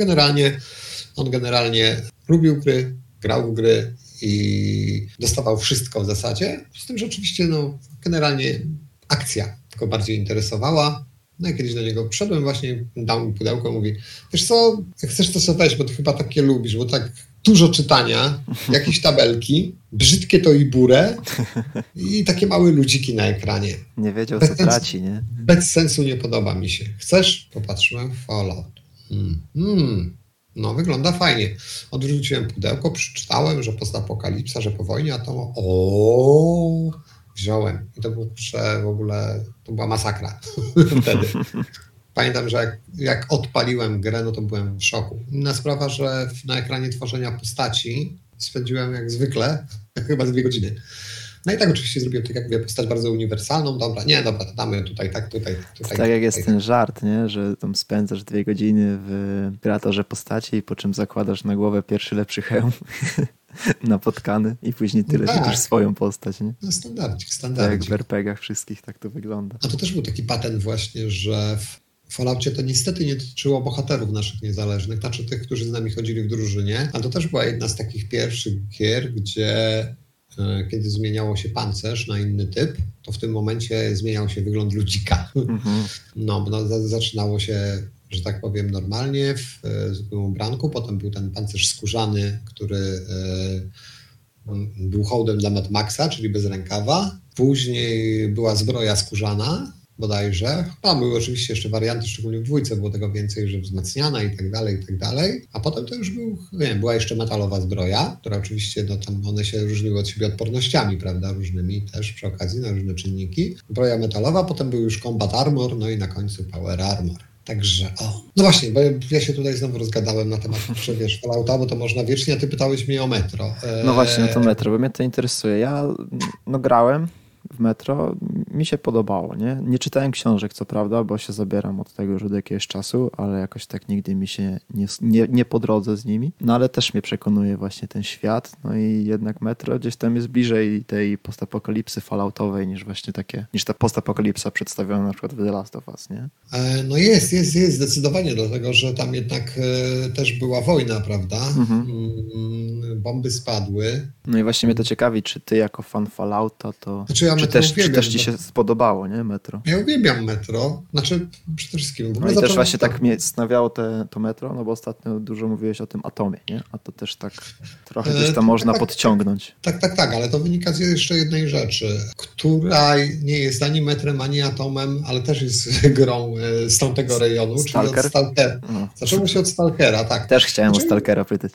On generalnie lubił gry, grał w gry i dostawał wszystko w zasadzie. Z tym, że oczywiście generalnie akcja tylko bardziej interesowała. No i kiedyś do niego przyszedłem właśnie, dał mi pudełko, mówi, wiesz co, jak chcesz to sobie weź, bo ty chyba takie lubisz, bo tak dużo czytania, jakieś tabelki, brzydkie to i burę i takie małe ludziki na ekranie. Nie wiedział, co traci, nie? Bez sensu, nie podoba mi się. Chcesz? Popatrzyłem, Fallout. No, wygląda fajnie. Odwróciłem pudełko, przeczytałem, że postapokalipsa, że po wojnie atomowej. Wziąłem. I to było w ogóle, to była masakra wtedy. Pamiętam, że jak odpaliłem grę, no to byłem w szoku. Inna sprawa, że na ekranie tworzenia postaci spędziłem jak zwykle chyba 2 godziny. No i tak oczywiście zrobiłem tak, jak mówię, postać bardzo uniwersalną. Dobra, to damy tutaj. Tak jak jest ten żart, nie? Że tam spędzasz 2 godziny w kreatorze postaci i po czym zakładasz na głowę pierwszy lepszy hełm napotkany i później tyle widzisz swoją postać, nie? No standardzik. Tak jak w RPG-ach wszystkich tak to wygląda. A to też był taki patent właśnie, że w Falloutie to niestety nie dotyczyło bohaterów naszych niezależnych, znaczy tych, którzy z nami chodzili w drużynie, a to też była jedna z takich pierwszych gier, gdzie kiedy zmieniało się pancerz na inny typ, to w tym momencie zmieniał się wygląd ludzika. No, bo zaczynało się, że tak powiem, normalnie w zwykłym ubranku, potem był ten pancerz skórzany, który był hołdem dla Mad Maxa, czyli bez rękawa. Później była zbroja skórzana, bodajże. Tam były oczywiście jeszcze warianty, szczególnie w 2 było tego więcej, że wzmacniana i tak dalej. A potem to już była jeszcze metalowa zbroja, która oczywiście, tam one się różniły od siebie odpornościami, prawda, różnymi też przy okazji na różne czynniki. Zbroja metalowa, potem był już Combat Armor, no i na końcu Power Armor. Także no właśnie, bo ja się tutaj znowu rozgadałem na temat, że wiesz, Fallouta, bo to można wiecznie, a ty pytałeś mnie o Metro. No właśnie, to Metro, bo mnie to interesuje. Ja grałem w Metro, mi się podobało, nie? Nie czytałem książek, co prawda, bo się zabieram od tego już od jakiegoś czasu, ale jakoś tak nigdy mi się nie po drodze z nimi. No ale też mnie przekonuje właśnie ten świat, no i jednak Metro gdzieś tam jest bliżej tej postapokalipsy falloutowej niż ta postapokalipsa przedstawiona na przykład w The Last of Us, nie? No jest zdecydowanie, dlatego że tam jednak też była wojna, prawda? Bomby spadły. No i właśnie mnie to ciekawi, czy ty jako fan Fallouta to... Znaczy czy też ci się spodobało, nie? Metro. Ja uwielbiam Metro. Znaczy przede wszystkim... No i też właśnie tak mnie stanawiało to Metro, no bo ostatnio dużo mówiłeś o tym Atomie, nie? A to też tak trochę gdzieś tam można podciągnąć. Tak, ale to wynika z jeszcze jednej rzeczy, która nie jest ani Metrem, ani Atomem, ale też jest grą z tamtego rejonu, Stalker? czyli od Stalkera. No. Zaczęło się od Stalkera, tak. Też chciałem o Stalkera pytać.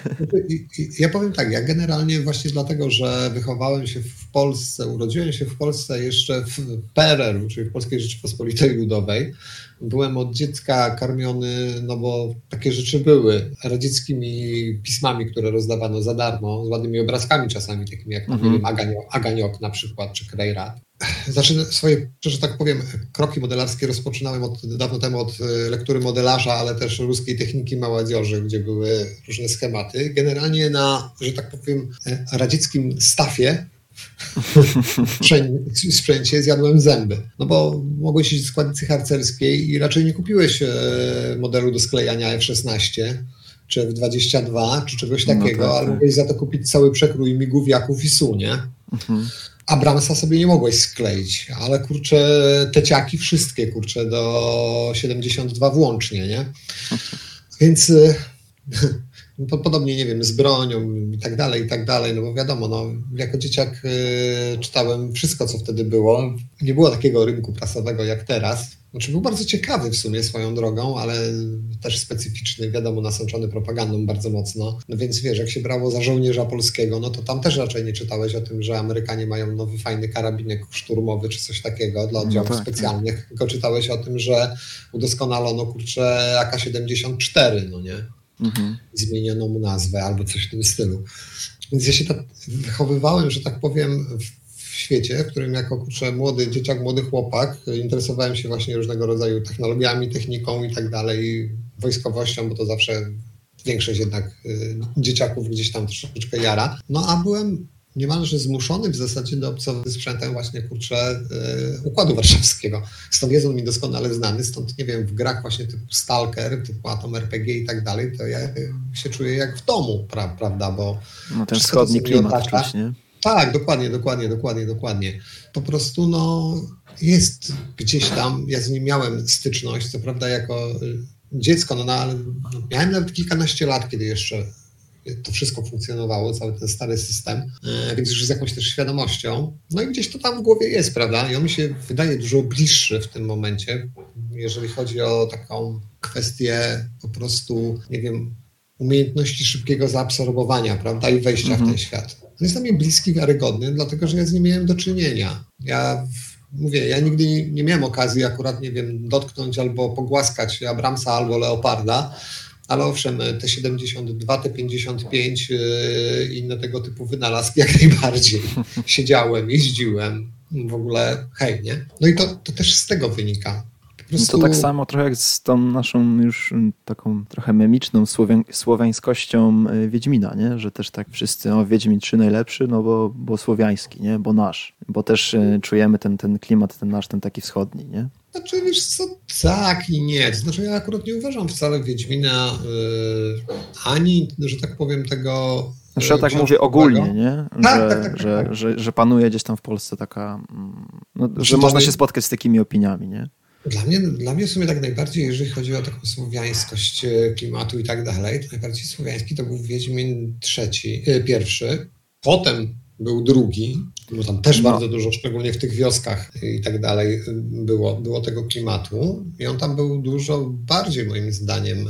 Ja powiem tak, ja generalnie właśnie dlatego, że wychowałem się w Polsce, urodziłem się w Polsce jeszcze w PRL-u, czyli w Polskiej Rzeczypospolitej Ludowej. Byłem od dziecka karmiony, no bo takie rzeczy były, radzieckimi pismami, które rozdawano za darmo, z ładnymi obrazkami czasami, takimi jak nie wiem, Aganiok na przykład, czy Krejrat. Swoje, że tak powiem, kroki modelarskie rozpoczynałem dawno temu od lektury modelarza, ale też ruskiej techniki maładzioży, gdzie były różne schematy. Generalnie na, że tak powiem, radzieckim stafie sprzęcie zjadłem zęby. No bo mogłeś iść do składnicy harcerskiej i raczej nie kupiłeś modelu do sklejania F16 czy F22 czy czegoś takiego, tak, ale mogłeś za to kupić cały przekrój migów, jaków i su, nie? Abramsa sobie nie mogłeś skleić, ale kurczę, te ciaki wszystkie, kurczę, do 72 włącznie, nie? Więc podobnie, nie wiem, z bronią i tak dalej, no bo wiadomo, no, jako dzieciak czytałem wszystko, co wtedy było. Nie było takiego rynku prasowego jak teraz. Znaczy był bardzo ciekawy w sumie swoją drogą, ale też specyficzny, wiadomo, nasączony propagandą bardzo mocno. No więc wiesz, jak się brało za żołnierza polskiego, no to tam też raczej nie czytałeś o tym, że Amerykanie mają nowy, fajny karabinek szturmowy czy coś takiego dla oddziałów specjalnych, tylko czytałeś o tym, że udoskonalono, kurczę, AK-74, no nie? Zmieniono mu nazwę albo coś w tym stylu. Więc ja się tak wychowywałem, że tak powiem, w świecie, w którym jako kurczę, młody dzieciak, młody chłopak interesowałem się właśnie różnego rodzaju technologiami, techniką i tak dalej, wojskowością, bo to zawsze większość jednak dzieciaków gdzieś tam troszeczkę jara. No a byłem niemalże zmuszony w zasadzie do obcowania sprzętem właśnie, kurczę, Układu Warszawskiego. Stąd jest on mi doskonale znany, stąd, nie wiem, w grach właśnie typu Stalker, typu Atom RPG i tak dalej, to ja się czuję jak w domu, prawda, bo... No ten wschodni klimat czuć, nie? Tak, dokładnie. Po prostu, no, jest gdzieś tam, ja z nim miałem styczność, co prawda jako dziecko, ale miałem nawet kilkanaście lat, kiedy jeszcze to wszystko funkcjonowało, cały ten stary system, więc już z jakąś też świadomością. No i gdzieś to tam w głowie jest, prawda? I on mi się wydaje dużo bliższy w tym momencie, jeżeli chodzi o taką kwestię po prostu, nie wiem, umiejętności szybkiego zaabsorbowania, prawda? I wejścia w ten świat. On jest dla mnie bliski, wiarygodny, dlatego że ja z nim miałem do czynienia. Ja nigdy nie miałem okazji akurat, nie wiem, dotknąć albo pogłaskać Abramsa albo Leoparda, ale owszem, te 72, te 55 i inne tego typu wynalazki jak najbardziej. Siedziałem, jeździłem, w ogóle hej, nie? No i to też z tego wynika. prostu... To tak samo trochę jak z tą naszą już taką trochę memiczną słowiańskością Wiedźmina, nie? Że też tak wszyscy, Wiedźmin 3 najlepszy, no bo słowiański, nie? Bo nasz. Bo też czujemy ten klimat, ten nasz, ten taki wschodni, nie? Znaczy, wiesz co, tak i nie. Znaczy, ja akurat nie uważam wcale Wiedźmina ani, że tak powiem, tego... Znaczy, ja tak mówię ogólnie, nie? Tak. Że panuje gdzieś tam w Polsce taka... No, że można się spotkać z takimi opiniami, nie? Dla mnie w sumie tak najbardziej, jeżeli chodzi o taką słowiańskość klimatu i tak dalej, to najbardziej słowiański to był Wiedźmin pierwszy, potem był drugi, bo tam też bardzo dużo, szczególnie w tych wioskach i tak dalej, było tego klimatu i on tam był dużo bardziej, moim zdaniem,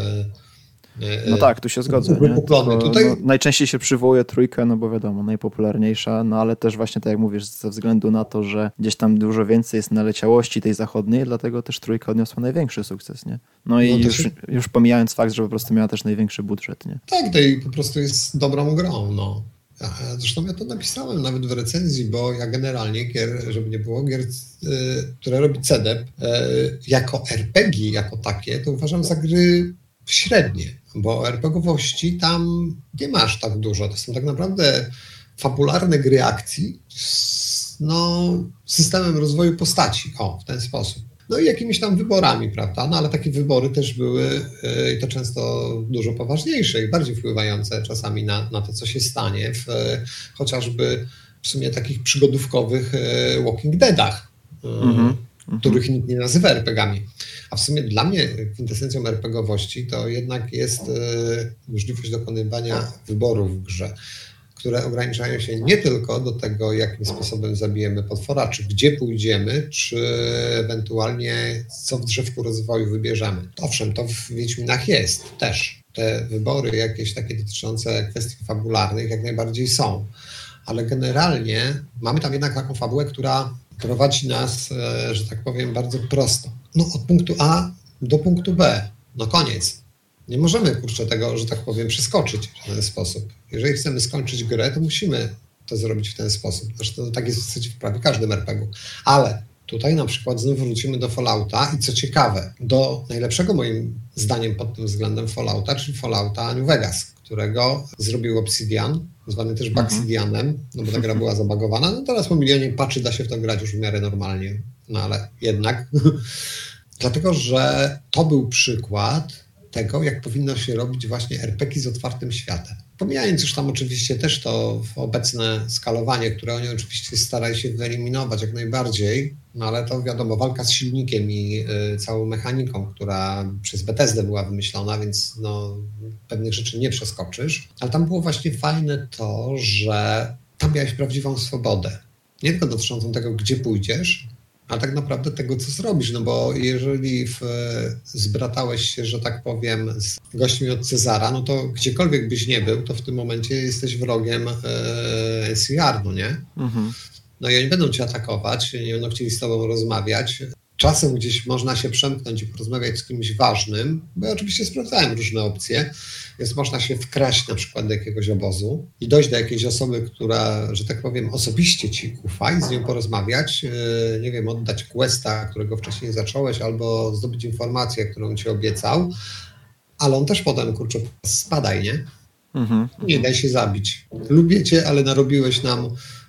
no tak, tu się zgodzę. Tutaj... najczęściej się przywołuje trójkę, no bo wiadomo, najpopularniejsza, no ale też właśnie tak jak mówisz, ze względu na to, że gdzieś tam dużo więcej jest naleciałości tej zachodniej, dlatego też trójka odniosła największy sukces, nie? No i już pomijając fakt, że po prostu miała też największy budżet, nie? Tak, to i po prostu jest dobrą grą, no. Zresztą ja to napisałem nawet w recenzji, bo ja generalnie żeby nie było, gier, które robi CDEP, jako RPG, jako takie, to uważam za gry średnie, bo RPGowości tam nie masz tak dużo. To są tak naprawdę fabularne gry akcji z systemem rozwoju postaci, w ten sposób. No i jakimiś tam wyborami, prawda? No ale takie wybory też były i to często dużo poważniejsze i bardziej wpływające czasami na to, co się stanie chociażby w sumie takich przygodówkowych Walking Deadach, których nikt nie nazywa RPG-ami. A w sumie dla mnie kwintesencją RPGowości to jednak jest możliwość dokonywania wyborów w grze, które ograniczają się nie tylko do tego, jakim sposobem zabijemy potwora, czy gdzie pójdziemy, czy ewentualnie co w drzewku rozwoju wybierzemy. Owszem, to w Wiedźminach jest też. Te wybory jakieś takie dotyczące kwestii fabularnych jak najbardziej są. Ale generalnie mamy tam jednak taką fabułę, która prowadzi nas, że tak powiem, bardzo prosto. Od punktu A do punktu B. Koniec. Nie możemy, tego, że tak powiem, przeskoczyć w ten sposób. Jeżeli chcemy skończyć grę, to musimy to zrobić w ten sposób. Zresztą tak jest w zasadzie w prawie każdym RPG-u. Ale tutaj na przykład znów wrócimy do Fallouta i co ciekawe, do najlepszego moim zdaniem pod tym względem Fallouta, czyli Fallouta New Vegas, którego zrobił Obsidian zwany też Baxidianem, no bo ta gra była zabagowana. No teraz po milionie patchy da się w to grać już w miarę normalnie, no ale jednak. Dlatego, że to był przykład tego, jak powinno się robić właśnie RPG z otwartym światem. Pomijając już tam oczywiście też to obecne skalowanie, które oni oczywiście starali się wyeliminować jak najbardziej, no ale to wiadomo, walka z silnikiem i całą mechaniką, która przez Bethesdę była wymyślona, więc no, pewnych rzeczy nie przeskoczysz. Ale tam było właśnie fajne to, że tam miałeś prawdziwą swobodę. Nie tylko dotyczącą tego, gdzie pójdziesz, ale tak naprawdę tego, co zrobisz, no bo jeżeli zbratałeś się, że tak powiem, z gośćmi od Cezara, no to gdziekolwiek byś nie był, to w tym momencie jesteś wrogiem NCR, no nie? No i oni będą cię atakować, nie będą chcieli z tobą rozmawiać. Czasem gdzieś można się przemknąć i porozmawiać z kimś ważnym, bo ja oczywiście sprawdzałem różne opcje, więc można się wkraść na przykład do jakiegoś obozu i dojść do jakiejś osoby, która, że tak powiem, osobiście ci ufa i z nią porozmawiać, nie wiem, oddać questa, którego wcześniej zacząłeś, albo zdobyć informację, którą ci obiecał, ale on też potem, kurczę, spadaj, nie? Nie daj się zabić. Lubię cię, ale narobiłeś nam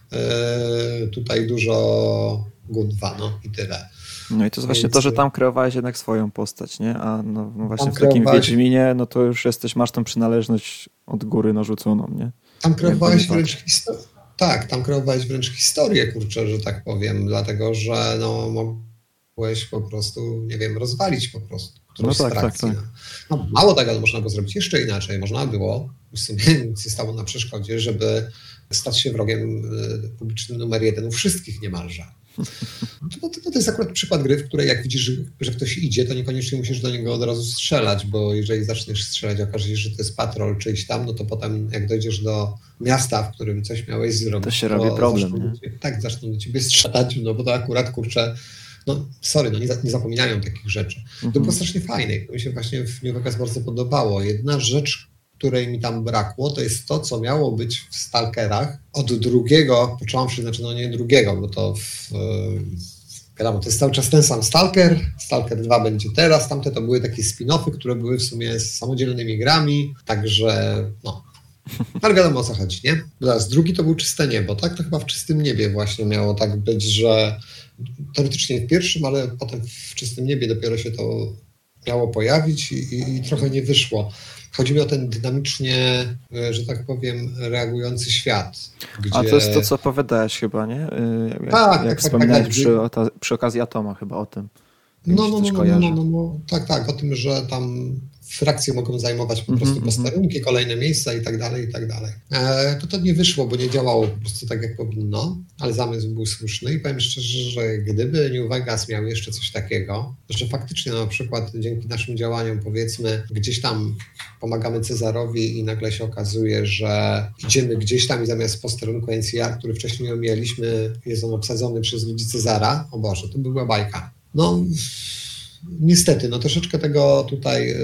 tutaj dużo gudwa, no i tyle. No i to jest właśnie to, że tam kreowałeś jednak swoją postać, nie? A no właśnie w takim Wiedźminie, no to już masz tą przynależność od góry narzuconą, nie? Tam kreowałeś wręcz historię. Tak, tam kreowałeś wręcz historię, kurczę, że tak powiem, dlatego, że no mogłeś po prostu, nie wiem, rozwalić po prostu którąś z frakcji. Tak. No, mało tego, można było zrobić jeszcze inaczej. Można było, w sumie nic nie stało na przeszkodzie, żeby stać się wrogiem publicznym numer 1 u wszystkich niemalże. To jest akurat przykład gry, w której jak widzisz, że ktoś idzie, to niekoniecznie musisz do niego od razu strzelać, bo jeżeli zaczniesz strzelać, okaże się, że to jest patrol czyjś tam, no to potem jak dojdziesz do miasta, w którym coś miałeś zrobić, to się robi problem. Zaczną do ciebie strzelać, no bo to akurat, kurczę, no sorry, no nie zapominają takich rzeczy. To było strasznie fajne i mi się właśnie w New Vegas bardzo podobało. Jedna rzecz, której mi tam brakło, to jest to, co miało być w Stalkerach od drugiego, począwszy, znaczy no nie drugiego, bo to wiadomo, to jest cały czas ten sam Stalker 2 będzie teraz, tamte to były takie spin-offy, które były w sumie z samodzielnymi grami, także no, ale wiadomo o co chodzi, nie? Zaraz, drugi to był Czyste Niebo, tak? To chyba w Czystym Niebie właśnie miało tak być, że teoretycznie w pierwszym, ale potem w Czystym Niebie dopiero się to miało pojawić i trochę nie wyszło. Chodzi mi o ten dynamicznie, że tak powiem, reagujący świat. Gdzie... A to jest to, co opowiadałeś chyba, nie? Jak wspominałeś przy okazji Atoma chyba o tym. Tak, o tym, że tam frakcje mogą zajmować po prostu posterunki, kolejne miejsca i tak dalej, i tak dalej. To nie wyszło, bo nie działało po prostu tak, jak powinno, ale zamysł był słuszny i powiem szczerze, że gdyby New Vegas miał jeszcze coś takiego, że faktycznie na przykład dzięki naszym działaniom, powiedzmy, gdzieś tam pomagamy Cezarowi i nagle się okazuje, że idziemy gdzieś tam i zamiast posterunku NCR, który wcześniej mieliśmy, jest on obsadzony przez ludzi Cezara, o Boże, to by była bajka. No, niestety, no troszeczkę tego tutaj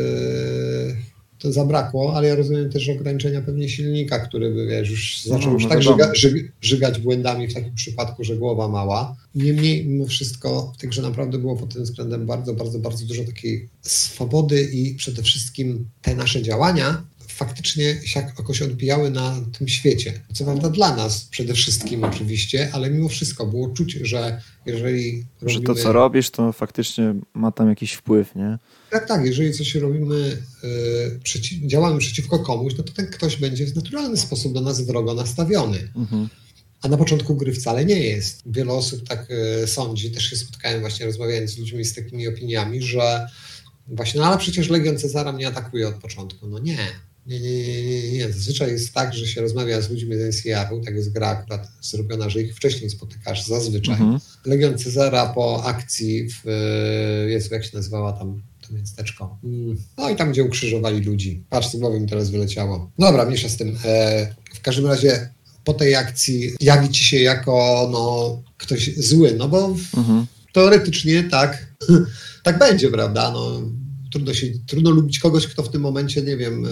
to zabrakło, ale ja rozumiem też ograniczenia pewnie silnika, który by, wiesz, już zaczął już tak żygać błędami w takim przypadku, że głowa mała. Niemniej, mimo wszystko w tej grze naprawdę było pod tym względem bardzo, bardzo, bardzo dużo takiej swobody i przede wszystkim te nasze działania faktycznie się jakoś odbijały na tym świecie. Co prawda dla nas przede wszystkim oczywiście, ale mimo wszystko było czuć, że jeżeli robimy... Że to, co robisz, to faktycznie ma tam jakiś wpływ, nie? Tak, jeżeli coś robimy, działamy przeciwko komuś, no to ten ktoś będzie w naturalny sposób do nas wrogo nastawiony. A na początku gry wcale nie jest. Wiele osób tak sądzi, też się spotkałem właśnie rozmawiając z ludźmi z takimi opiniami, że właśnie, no ale przecież Legion Cezara mnie atakuje od początku. No nie. Zazwyczaj jest tak, że się rozmawia z ludźmi z NCR-u, tak jest gra akurat zrobiona, że ich wcześniej spotykasz zazwyczaj. Legion Cezara po akcji jak się nazywała tam to miasteczko. No i tam, gdzie ukrzyżowali ludzi. Patrz, z głowy mi teraz wyleciało. Dobra, mniejsza z tym. W każdym razie po tej akcji jawi ci się jako ktoś zły, no bo teoretycznie tak będzie, prawda? No, trudno lubić kogoś, kto w tym momencie, nie wiem,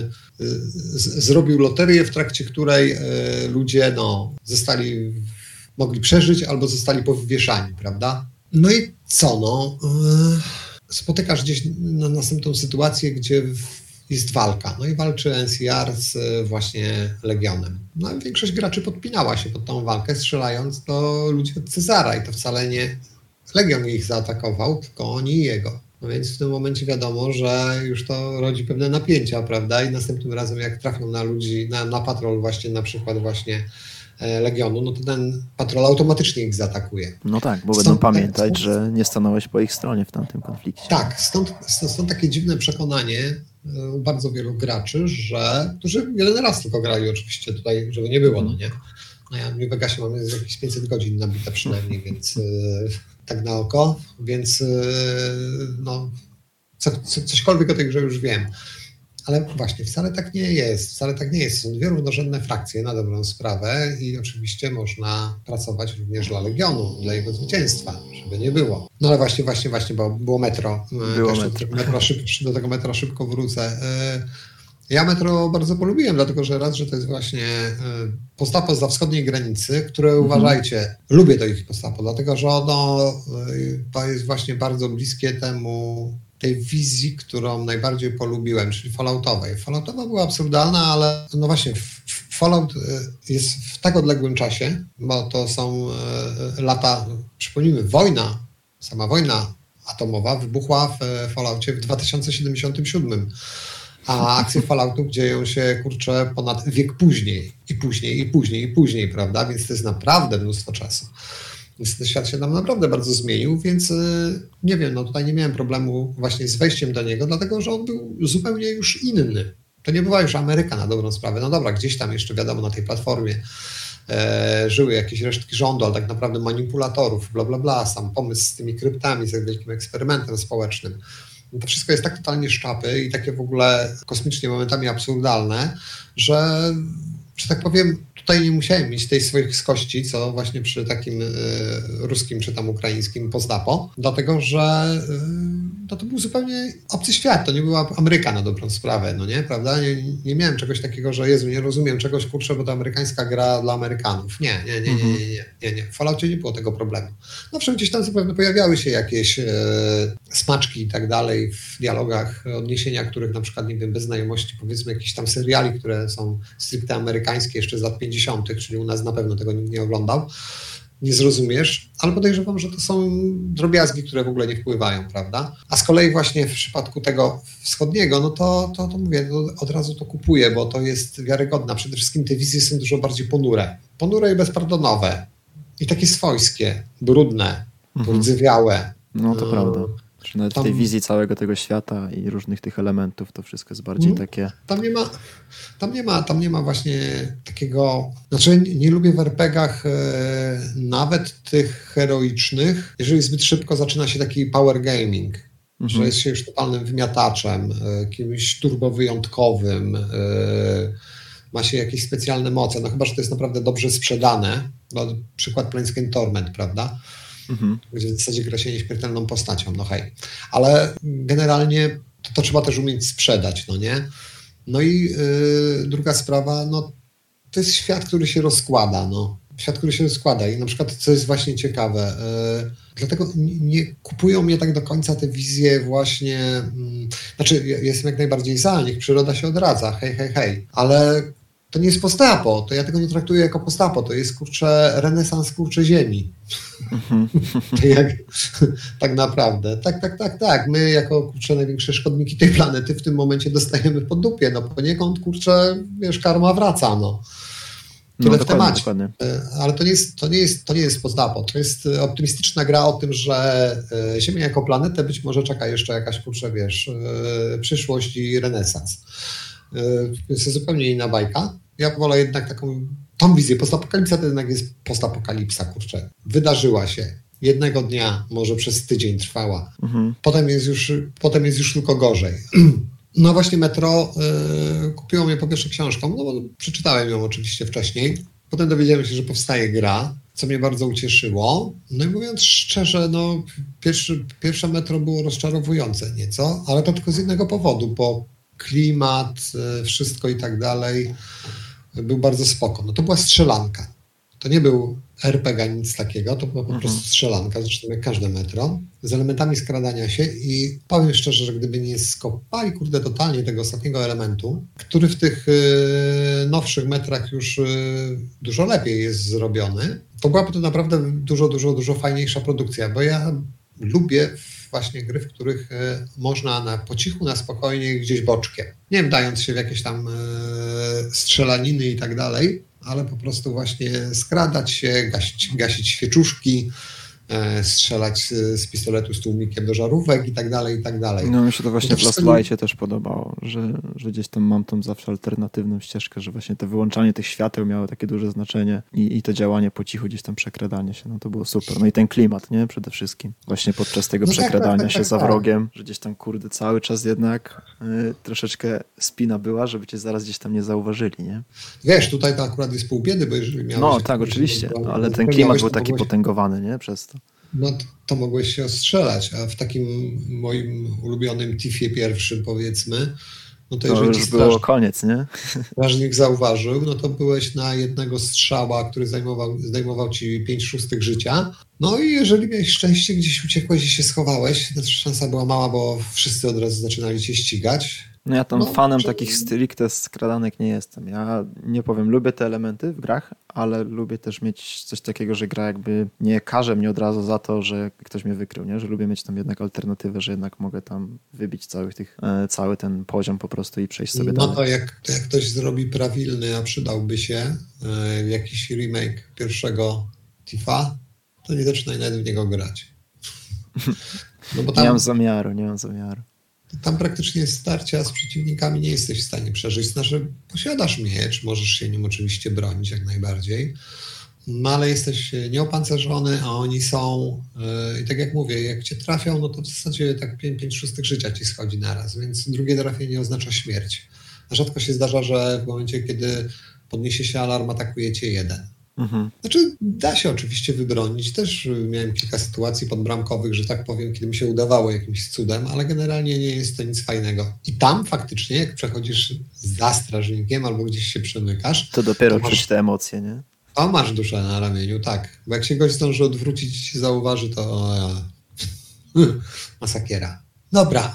zrobił loterię, w trakcie której ludzie mogli przeżyć albo zostali powieszani, prawda? No i co, spotykasz gdzieś na następną sytuację, gdzie jest walka. No i walczy NCR z właśnie Legionem. No i większość graczy podpinała się pod tą walkę, strzelając do ludzi od Cezara i to wcale nie Legion ich zaatakował, tylko oni jego. No więc w tym momencie wiadomo, że już to rodzi pewne napięcia, prawda? I następnym razem jak trafią na ludzi, na patrol właśnie, na przykład właśnie Legionu, no to ten patrol automatycznie ich zaatakuje. No tak, bo będą pamiętać, że nie stanąłeś po ich stronie w tamtym konflikcie. Tak, stąd takie dziwne przekonanie u bardzo wielu graczy, którzy jeden raz tylko grali oczywiście tutaj, żeby nie było, no nie? No ja w New Vegasie mamy jakieś 500 godzin nabite przynajmniej, więc tak na oko, więc no cośkolwiek o tej grze już wiem. Ale właśnie, wcale tak nie jest. Są dwie równorzędne frakcje na dobrą sprawę i oczywiście można pracować również dla Legionu, dla jego zwycięstwa, żeby nie było. No ale właśnie, bo było Metro. Do tego Metro szybko wrócę. Ja Metro bardzo polubiłem, dlatego że raz, że to jest właśnie postapo zza wschodniej granicy, które uważajcie, lubię to ich postapo, dlatego że ono to jest właśnie bardzo bliskie tej wizji, którą najbardziej polubiłem, czyli Falloutowej. Falloutowa była absurdalna, ale no właśnie Fallout jest w tak odległym czasie, bo to są lata, przypomnijmy, sama wojna atomowa wybuchła w Falloutie w 2077, a akcje Falloutu dzieją się, kurczę, ponad wiek później, prawda? Więc to jest naprawdę mnóstwo czasu. Więc ten świat się nam naprawdę bardzo zmienił, więc nie wiem, no tutaj nie miałem problemu właśnie z wejściem do niego, dlatego że on był zupełnie już inny. To nie była już Ameryka na dobrą sprawę. No dobra, gdzieś tam jeszcze wiadomo na tej platformie żyły jakieś resztki rządu, ale tak naprawdę manipulatorów, bla, bla, bla, sam pomysł z tymi kryptami, z wielkim eksperymentem społecznym. To wszystko jest tak totalnie szczapy i takie w ogóle kosmicznie momentami absurdalne, że tak powiem, tutaj nie musiałem mieć tej swoich skości, co właśnie przy takim ruskim czy tam ukraińskim postapo, dlatego że to był zupełnie obcy świat, to nie była Ameryka na dobrą sprawę, no nie, prawda? Nie miałem czegoś takiego, że Jezu, nie rozumiem czegoś, kurczę, bo to amerykańska gra dla Amerykanów. Nie. W Falloutie nie było tego problemu. No owszem, gdzieś tam zapewne pojawiały się jakieś smaczki i tak dalej w dialogach, odniesienia, których na przykład, nie wiem, bez znajomości, powiedzmy, jakichś tam seriali, które są stricte amerykańskie jeszcze z lat 50., czyli u nas na pewno tego nikt nie oglądał, nie zrozumiesz, ale podejrzewam, że to są drobiazgi, które w ogóle nie wpływają, prawda? A z kolei właśnie w przypadku tego wschodniego, no to mówię, od razu to kupuję, bo to jest wiarygodne. Przede wszystkim te wizje są dużo bardziej ponure i bezpardonowe i takie swojskie, brudne, rdzewiałe. No to prawda. Czy nawet w tej wizji całego tego świata i różnych tych elementów to wszystko jest bardziej takie... Tam nie ma właśnie takiego... Znaczy nie lubię w RPGach nawet tych heroicznych, jeżeli zbyt szybko zaczyna się taki power gaming, że jest się już totalnym wymiataczem, kimś turbowyjątkowym, ma się jakieś specjalne moce, no chyba, że to jest naprawdę dobrze sprzedane. No, przykład Planescape Torment, prawda? Gdzie w zasadzie gra się nieśmiertelną postacią, no hej. Ale generalnie to trzeba też umieć sprzedać, no nie? No i druga sprawa, no to jest świat, który się rozkłada, no. Świat, który się rozkłada i na przykład, co jest właśnie ciekawe, dlatego nie kupują mnie tak do końca te wizje właśnie, znaczy ja jestem jak najbardziej za, niech przyroda się odradza, hej, ale to nie jest postapo, to ja tego nie traktuję jako postapo, to jest, kurczę, renesans, kurczę, ziemi. Tak naprawdę. Tak. My jako, kurczę, największe szkodniki tej planety w tym momencie dostajemy po dupie, no poniekąd, kurczę, wiesz, karma wraca, no. Tyle w temacie. Dokładnie. Ale to nie jest postapo, to jest optymistyczna gra o tym, że Ziemia jako planetę być może czeka jeszcze jakaś, kurczę, wiesz, przyszłość i renesans. Jest to zupełnie inna bajka. Ja wolę jednak tą wizję. Postapokalipsa to jednak jest postapokalipsa, kurczę. Wydarzyła się. Jednego dnia, może przez tydzień trwała. Potem jest już tylko gorzej. No właśnie Metro kupiło mnie po pierwsze książką, no bo przeczytałem ją oczywiście wcześniej. Potem dowiedziałem się, że powstaje gra, co mnie bardzo ucieszyło. No i mówiąc szczerze, no pierwsze Metro było rozczarowujące nieco, ale to tylko z jednego powodu, bo klimat, wszystko i tak dalej był bardzo spoko. No to była strzelanka. to nie był RPG, nic takiego, to była po prostu strzelanka, zresztą jak każde metro, z elementami skradania się i powiem szczerze, że gdyby nie skopali, totalnie tego ostatniego elementu, który w tych nowszych metrach już dużo lepiej jest zrobiony, to byłaby to naprawdę dużo fajniejsza produkcja, bo ja lubię właśnie gry, w których można po cichu, na spokojnie gdzieś boczkiem. Nie wiem, dając się w jakieś tam strzelaniny i tak dalej, ale po prostu właśnie skradać się, gasić świeczuszki, strzelać z pistoletu z tłumikiem do żarówek i tak dalej, i tak dalej. No mi się to właśnie w Last Lightie też podobało, że gdzieś tam mam tą zawsze alternatywną ścieżkę, że właśnie to wyłączanie tych świateł miało takie duże znaczenie i to działanie po cichu, gdzieś tam przekradanie się, no to było super. No i ten klimat, nie? Przede wszystkim. Właśnie podczas tego przekradania się za wrogiem, że gdzieś tam cały czas jednak troszeczkę spina była, żeby cię zaraz gdzieś tam nie zauważyli, nie? Wiesz, tutaj to akurat jest pół biedy, bo jeżeli miałeś... No tak, oczywiście, ale ten klimat był taki potęgowany, nie? Przez to. No to mogłeś się ostrzelać, a w takim moim ulubionym Tiffie pierwszym, powiedzmy, no to jeżeli już było koniec, nie? strażnik zauważył, no to byłeś na jednego strzała, który zdejmował ci 5/6 życia. No i jeżeli miałeś szczęście, gdzieś uciekłeś i się schowałeś, to szansa była mała, bo wszyscy od razu zaczynali cię ścigać. No ja tam fanem takich stricte skradanek nie jestem. Ja nie powiem, lubię te elementy w grach, ale lubię też mieć coś takiego, że gra jakby nie karze mnie od razu za to, że ktoś mnie wykrył, nie? Że lubię mieć tam jednak alternatywę, że jednak mogę tam wybić cały ten poziom po prostu i przejść sobie dalej. No to jak ktoś zrobi prawilny, a przydałby się jakiś remake pierwszego Tifa, to nie zaczynaj nawet w niego grać. No bo tam... Nie mam zamiaru. Tam praktycznie starcia z przeciwnikami nie jesteś w stanie przeżyć. Znaczy, posiadasz miecz, możesz się nim oczywiście bronić jak najbardziej, no ale jesteś nieopancerzony, a oni są, i tak jak mówię, jak cię trafią, no to w zasadzie tak 5/6 życia ci schodzi naraz, więc drugie trafienie oznacza śmierć. Rzadko się zdarza, że w momencie, kiedy podniesie się alarm, atakuje cię jeden. Znaczy, da się oczywiście wybronić. Też miałem kilka sytuacji podbramkowych, że tak powiem, kiedy mi się udawało jakimś cudem, ale generalnie nie jest to nic fajnego. I tam faktycznie, jak przechodzisz za strażnikiem albo gdzieś się przemykasz... To dopiero czuć te emocje, nie? To masz duszę na ramieniu, tak. Bo jak się gość zdąży odwrócić i się zauważy, to masakiera. Dobra.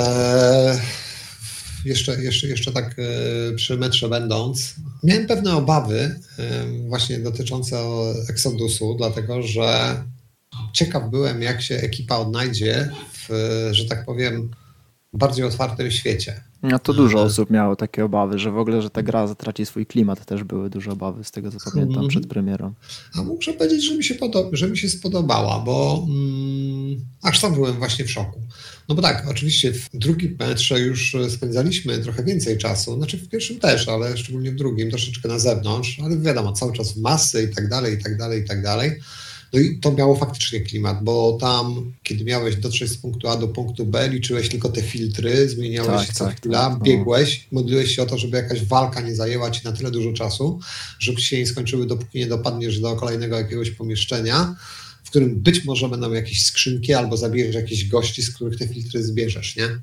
Jeszcze tak przy metrze będąc, miałem pewne obawy właśnie dotyczące Exodusu, dlatego że ciekaw byłem, jak się ekipa odnajdzie w, że tak powiem, bardziej otwartym świecie. No to dużo osób miało takie obawy, że w ogóle, że ta gra zatraci swój klimat. Też były duże obawy z tego, co pamiętam przed premierą. A muszę powiedzieć, że mi się spodobała, bo aż sam byłem właśnie w szoku. No bo tak, oczywiście w drugim metrze już spędzaliśmy trochę więcej czasu, znaczy w pierwszym też, ale szczególnie w drugim, troszeczkę na zewnątrz, ale wiadomo, cały czas w masy i tak dalej. No i to miało faktycznie klimat, bo tam, kiedy miałeś dotrzeć z punktu A do punktu B, liczyłeś tylko te filtry, zmieniałeś co chwila, biegłeś, modliłeś się o to, żeby jakaś walka nie zajęła ci na tyle dużo czasu, żeby się nie skończyły, dopóki nie dopadniesz do kolejnego jakiegoś pomieszczenia, w którym być może będą jakieś skrzynki albo zabierzesz jakichś gości, z których te filtry zbierzesz, nie?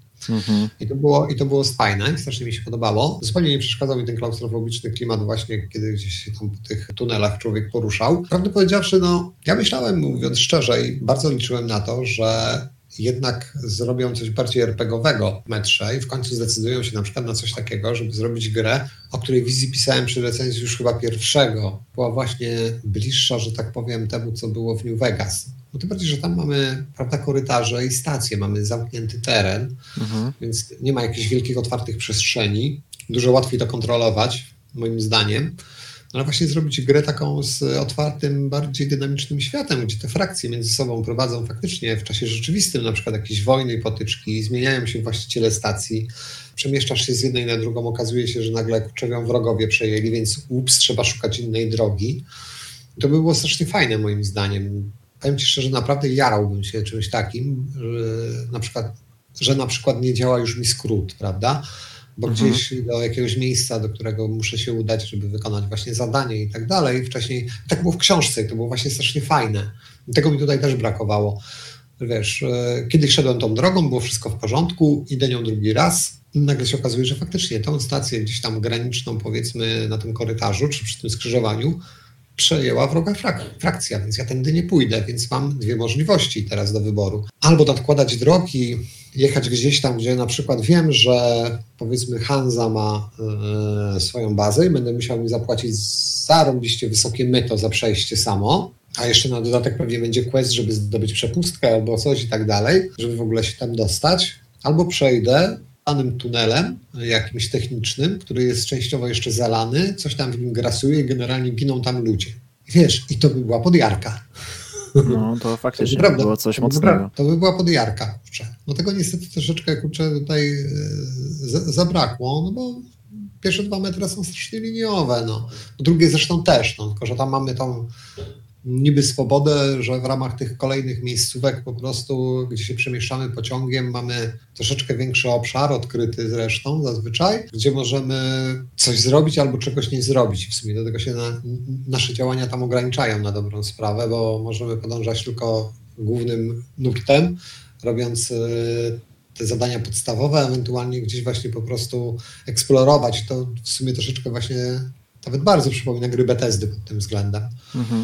I to było fajne, strasznie mi się podobało. Zupełnie nie przeszkadzał mi ten klaustrofobiczny klimat właśnie, kiedy gdzieś się tam po tych tunelach człowiek poruszał. Prawdę powiedziawszy, no ja myślałem, mówiąc szczerze, i bardzo liczyłem na to, że jednak zrobią coś bardziej RPGowego w metrze i w końcu zdecydują się na przykład na coś takiego, żeby zrobić grę, o której wizji pisałem przy recenzji już chyba pierwszego. Była właśnie bliższa, że tak powiem, temu, co było w New Vegas. No tym bardziej, że tam mamy, prawda, korytarze i stacje, mamy zamknięty teren, więc nie ma jakichś wielkich, otwartych przestrzeni. Dużo łatwiej to kontrolować, moim zdaniem. Ale właśnie zrobić grę taką z otwartym, bardziej dynamicznym światem, gdzie te frakcje między sobą prowadzą faktycznie w czasie rzeczywistym, na przykład jakieś wojny i potyczki, zmieniają się właściciele stacji, przemieszczasz się z jednej na drugą, okazuje się, że nagle kurczowią wrogowie przejęli, więc trzeba szukać innej drogi. To by było strasznie fajne moim zdaniem. Powiem ci szczerze, naprawdę jarałbym się czymś takim, że na przykład nie działa już mi skrót, prawda? Bo gdzieś do jakiegoś miejsca, do którego muszę się udać, żeby wykonać właśnie zadanie i tak dalej. Wcześniej tak było w książce i to było właśnie strasznie fajne. I tego mi tutaj też brakowało. Wiesz, kiedy szedłem tą drogą, było wszystko w porządku, idę nią drugi raz i nagle się okazuje, że faktycznie tą stację gdzieś tam graniczną, powiedzmy, na tym korytarzu, czy przy tym skrzyżowaniu, przejęła wroga frakcja, więc ja tędy nie pójdę, więc mam dwie możliwości teraz do wyboru. Albo nadkładać drogi, jechać gdzieś tam, gdzie na przykład wiem, że powiedzmy Hansa ma swoją bazę i będę musiał mi zapłacić zarąbiście wysokie myto za przejście samo, a jeszcze na dodatek pewnie będzie quest, żeby zdobyć przepustkę albo coś i tak dalej, żeby w ogóle się tam dostać. Albo przejdę danym tunelem jakimś technicznym, który jest częściowo jeszcze zalany, coś tam w nim grasuje i generalnie giną tam ludzie. Wiesz, i to by była podjarka. No to faktycznie to było coś mocnego. To by była podjarka, kurczę. No tego niestety troszeczkę, kurczę, tutaj zabrakło, no bo pierwsze 2 metry są strasznie liniowe, no. Drugie zresztą też, no, tylko że tam mamy tą niby swobodę, że w ramach tych kolejnych miejscówek po prostu, gdzie się przemieszczamy pociągiem, mamy troszeczkę większy obszar, odkryty zresztą zazwyczaj, gdzie możemy coś zrobić albo czegoś nie zrobić. W sumie do tego się nasze działania tam ograniczają na dobrą sprawę, bo możemy podążać tylko głównym nurtem, robiąc te zadania podstawowe, ewentualnie gdzieś właśnie po prostu eksplorować. To w sumie troszeczkę właśnie nawet bardzo przypomina gry Bethesdy pod tym względem. Mhm.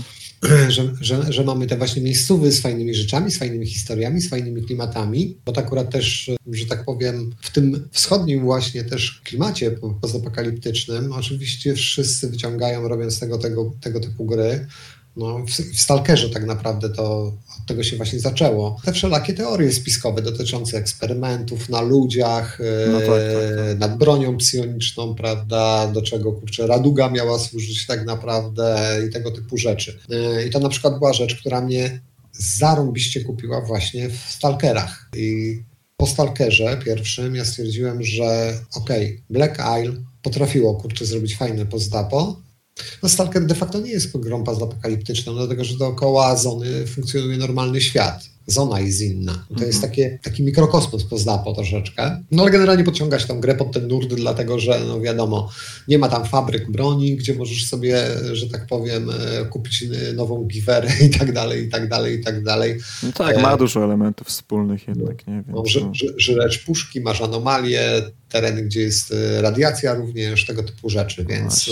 Że mamy te właśnie miejscówy z fajnymi rzeczami, z fajnymi historiami, z fajnymi klimatami, bo to akurat też, że tak powiem, w tym wschodnim właśnie też klimacie postapokaliptycznym oczywiście wszyscy wyciągają, robiąc tego typu gry. No, w Stalkerze tak naprawdę to od tego się właśnie zaczęło. Te wszelakie teorie spiskowe dotyczące eksperymentów na ludziach, no tak. Nad bronią psioniczną, prawda, do czego, kurczę, raduga miała służyć tak naprawdę i tego typu rzeczy. I to na przykład była rzecz, która mnie zarąbiście kupiła właśnie w Stalkerach. I po Stalkerze pierwszym ja stwierdziłem, że Black Isle potrafiło, kurczę, zrobić fajne post-apo. No Stalker de facto nie jest grą postapokaliptyczną, dlatego że dookoła zony funkcjonuje normalny świat. Zona jest inna. To jest taki mikrokosmos post-apo troszeczkę. No ale generalnie podciągać tą grę pod ten nurt, dlatego że, no wiadomo, nie ma tam fabryk broni, gdzie możesz sobie, że tak powiem, kupić nową giwerę i tak dalej, i tak dalej, i tak dalej. No tak, ma dużo elementów wspólnych jednak, nie wiem. Żreć puszki, masz anomalie, tereny, gdzie jest radiacja również, tego typu rzeczy, więc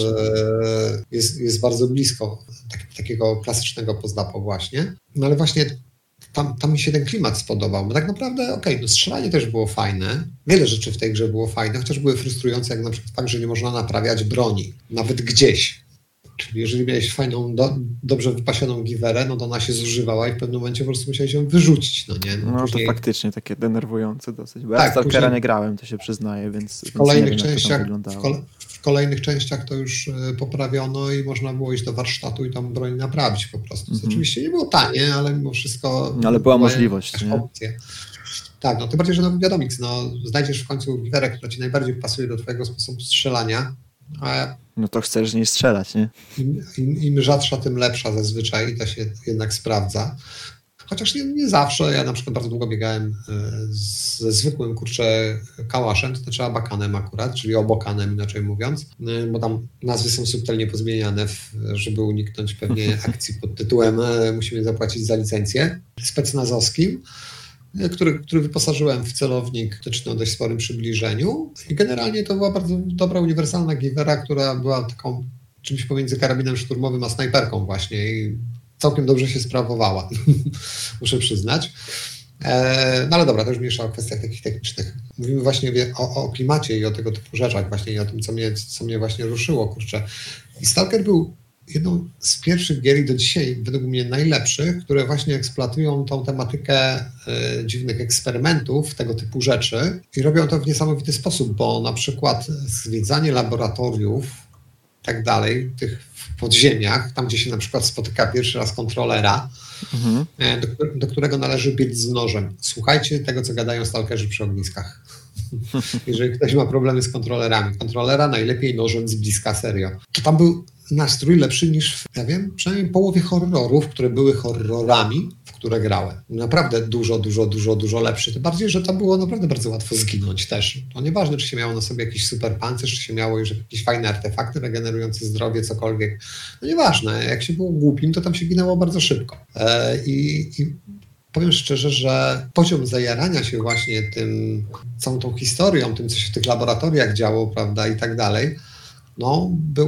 jest bardzo blisko takiego klasycznego post-apo właśnie. No ale właśnie tam mi się ten klimat spodobał, bo tak naprawdę no strzelanie też było fajne, wiele rzeczy w tej grze było fajne, chociaż były frustrujące, jak na przykład fakt, że nie można naprawiać broni, nawet gdzieś. Czyli jeżeli miałeś fajną, dobrze wypasioną giwerę, no to ona się zużywała i w pewnym momencie po prostu musiałeś ją wyrzucić, no nie? No później... to faktycznie takie denerwujące dosyć, bo ja Stalkera nie grałem, to się przyznaję, więc w kolejnych częściach to już poprawiono i można było iść do warsztatu i tam broń naprawić po prostu. Oczywiście nie było tanie, ale mimo wszystko... Ale była możliwość, nie? Opcje. Tak, no tym bardziej, że no wiadomo, znajdziesz w końcu giwerę, która ci najbardziej pasuje do twojego sposobu strzelania, no to chcesz z niej strzelać, nie? Im rzadsza, tym lepsza zazwyczaj i to się jednak sprawdza. Chociaż nie zawsze. Ja na przykład bardzo długo biegałem ze zwykłym, kałaszem, to znaczy abakanem akurat, czyli obokanem inaczej mówiąc, bo tam nazwy są subtelnie pozmieniane, żeby uniknąć pewnie akcji pod tytułem musimy zapłacić za licencję, specnazowskim, który wyposażyłem w celownik o dość sporym przybliżeniu i generalnie to była bardzo dobra, uniwersalna giwera, która była taką czymś pomiędzy karabinem szturmowym a snajperką właśnie i całkiem dobrze się sprawowała, muszę przyznać. No ale dobra, to już mniejsza o kwestiach takich technicznych. Mówimy właśnie o klimacie i o tego typu rzeczach właśnie i o tym, co mnie właśnie ruszyło, kurczę. I Stalker był jedną z pierwszych gier i do dzisiaj według mnie najlepszych, które właśnie eksploatują tą tematykę dziwnych eksperymentów, tego typu rzeczy i robią to w niesamowity sposób, bo na przykład zwiedzanie laboratoriów i tak dalej, tych w podziemiach, tam gdzie się na przykład spotyka pierwszy raz kontrolera, do którego należy biec z nożem. Słuchajcie tego, co gadają stalkerzy przy ogniskach. Jeżeli ktoś ma problemy z kontrolera najlepiej nożem z bliska, serio. To tam był nastrój lepszy niż, ja wiem, przynajmniej połowie horrorów, które były horrorami, w które grałem. Naprawdę dużo lepszy. Tym bardziej, że tam było naprawdę bardzo łatwo zginąć też. To nieważne, czy się miało na sobie jakiś super pancerz, czy się miało już jakieś fajne artefakty regenerujące zdrowie, cokolwiek. No nieważne. Jak się było głupim, to tam się ginęło bardzo szybko. I powiem szczerze, że poziom zajarania się właśnie całą tą historią, tym, co się w tych laboratoriach działo, prawda, i tak dalej, no, był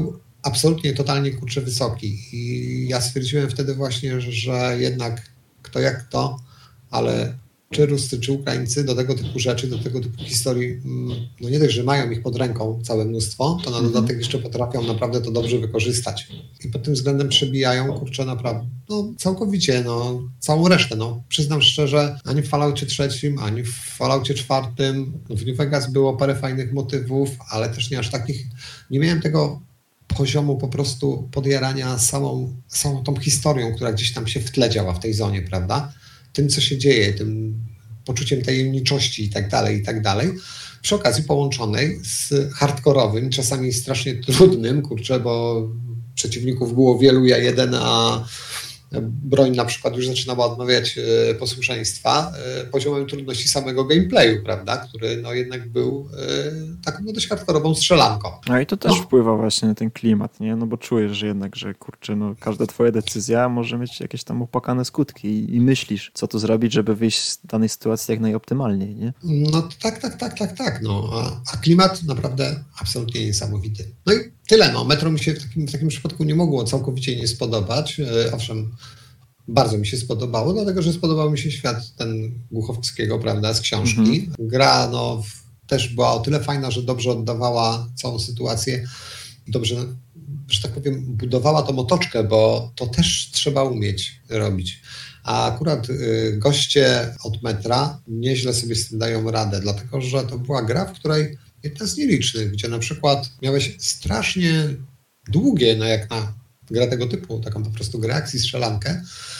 absolutnie, totalnie kurczę wysoki. I ja stwierdziłem wtedy właśnie, że jednak kto jak kto, ale czy Ruscy, czy Ukraińcy do tego typu rzeczy, do tego typu historii, no nie dość, że mają ich pod ręką całe mnóstwo, to na dodatek jeszcze potrafią naprawdę to dobrze wykorzystać. I pod tym względem przebijają, kurczę, naprawdę, no całkowicie, no całą resztę, no. Przyznam szczerze, ani w Falloutie 3, ani w Falloutie 4, w New Vegas było parę fajnych motywów, ale też nie aż takich, nie miałem tego poziomu po prostu podjarania samą tą historią, która gdzieś tam się w tle działa w tej zonie, prawda? Tym, co się dzieje, tym poczuciem tajemniczości i tak dalej, przy okazji połączonej z hardkorowym, czasami strasznie trudnym, kurczę, bo przeciwników było wielu, ja jeden, a broń na przykład już zaczynała odmawiać posłuszeństwa, poziomem trudności samego gameplayu, prawda, który no jednak był taką dość hardkorową strzelanką. No i to też wpływa właśnie na ten klimat, nie? No bo czujesz, że jednak, że kurczę, no każda twoja decyzja może mieć jakieś tam opłakane skutki i myślisz, co tu zrobić, żeby wyjść z danej sytuacji jak najoptymalniej, nie? No tak, no. A klimat naprawdę absolutnie niesamowity. No i tyle, no. Metro mi się w takim przypadku nie mogło całkowicie nie spodobać. Owszem, bardzo mi się spodobało, dlatego, że spodobał mi się świat ten Głuchowskiego, prawda, z książki. Gra, no, też była o tyle fajna, że dobrze oddawała całą sytuację, dobrze, że tak powiem, budowała tą otoczkę, bo to też trzeba umieć robić. A akurat goście od Metra nieźle sobie z tym dają radę, dlatego, że to była gra, w której jedna z nielicznych, gdzie na przykład miałeś strasznie długie, no jak na grę tego typu, taką po prostu grę akcji, strzelankę,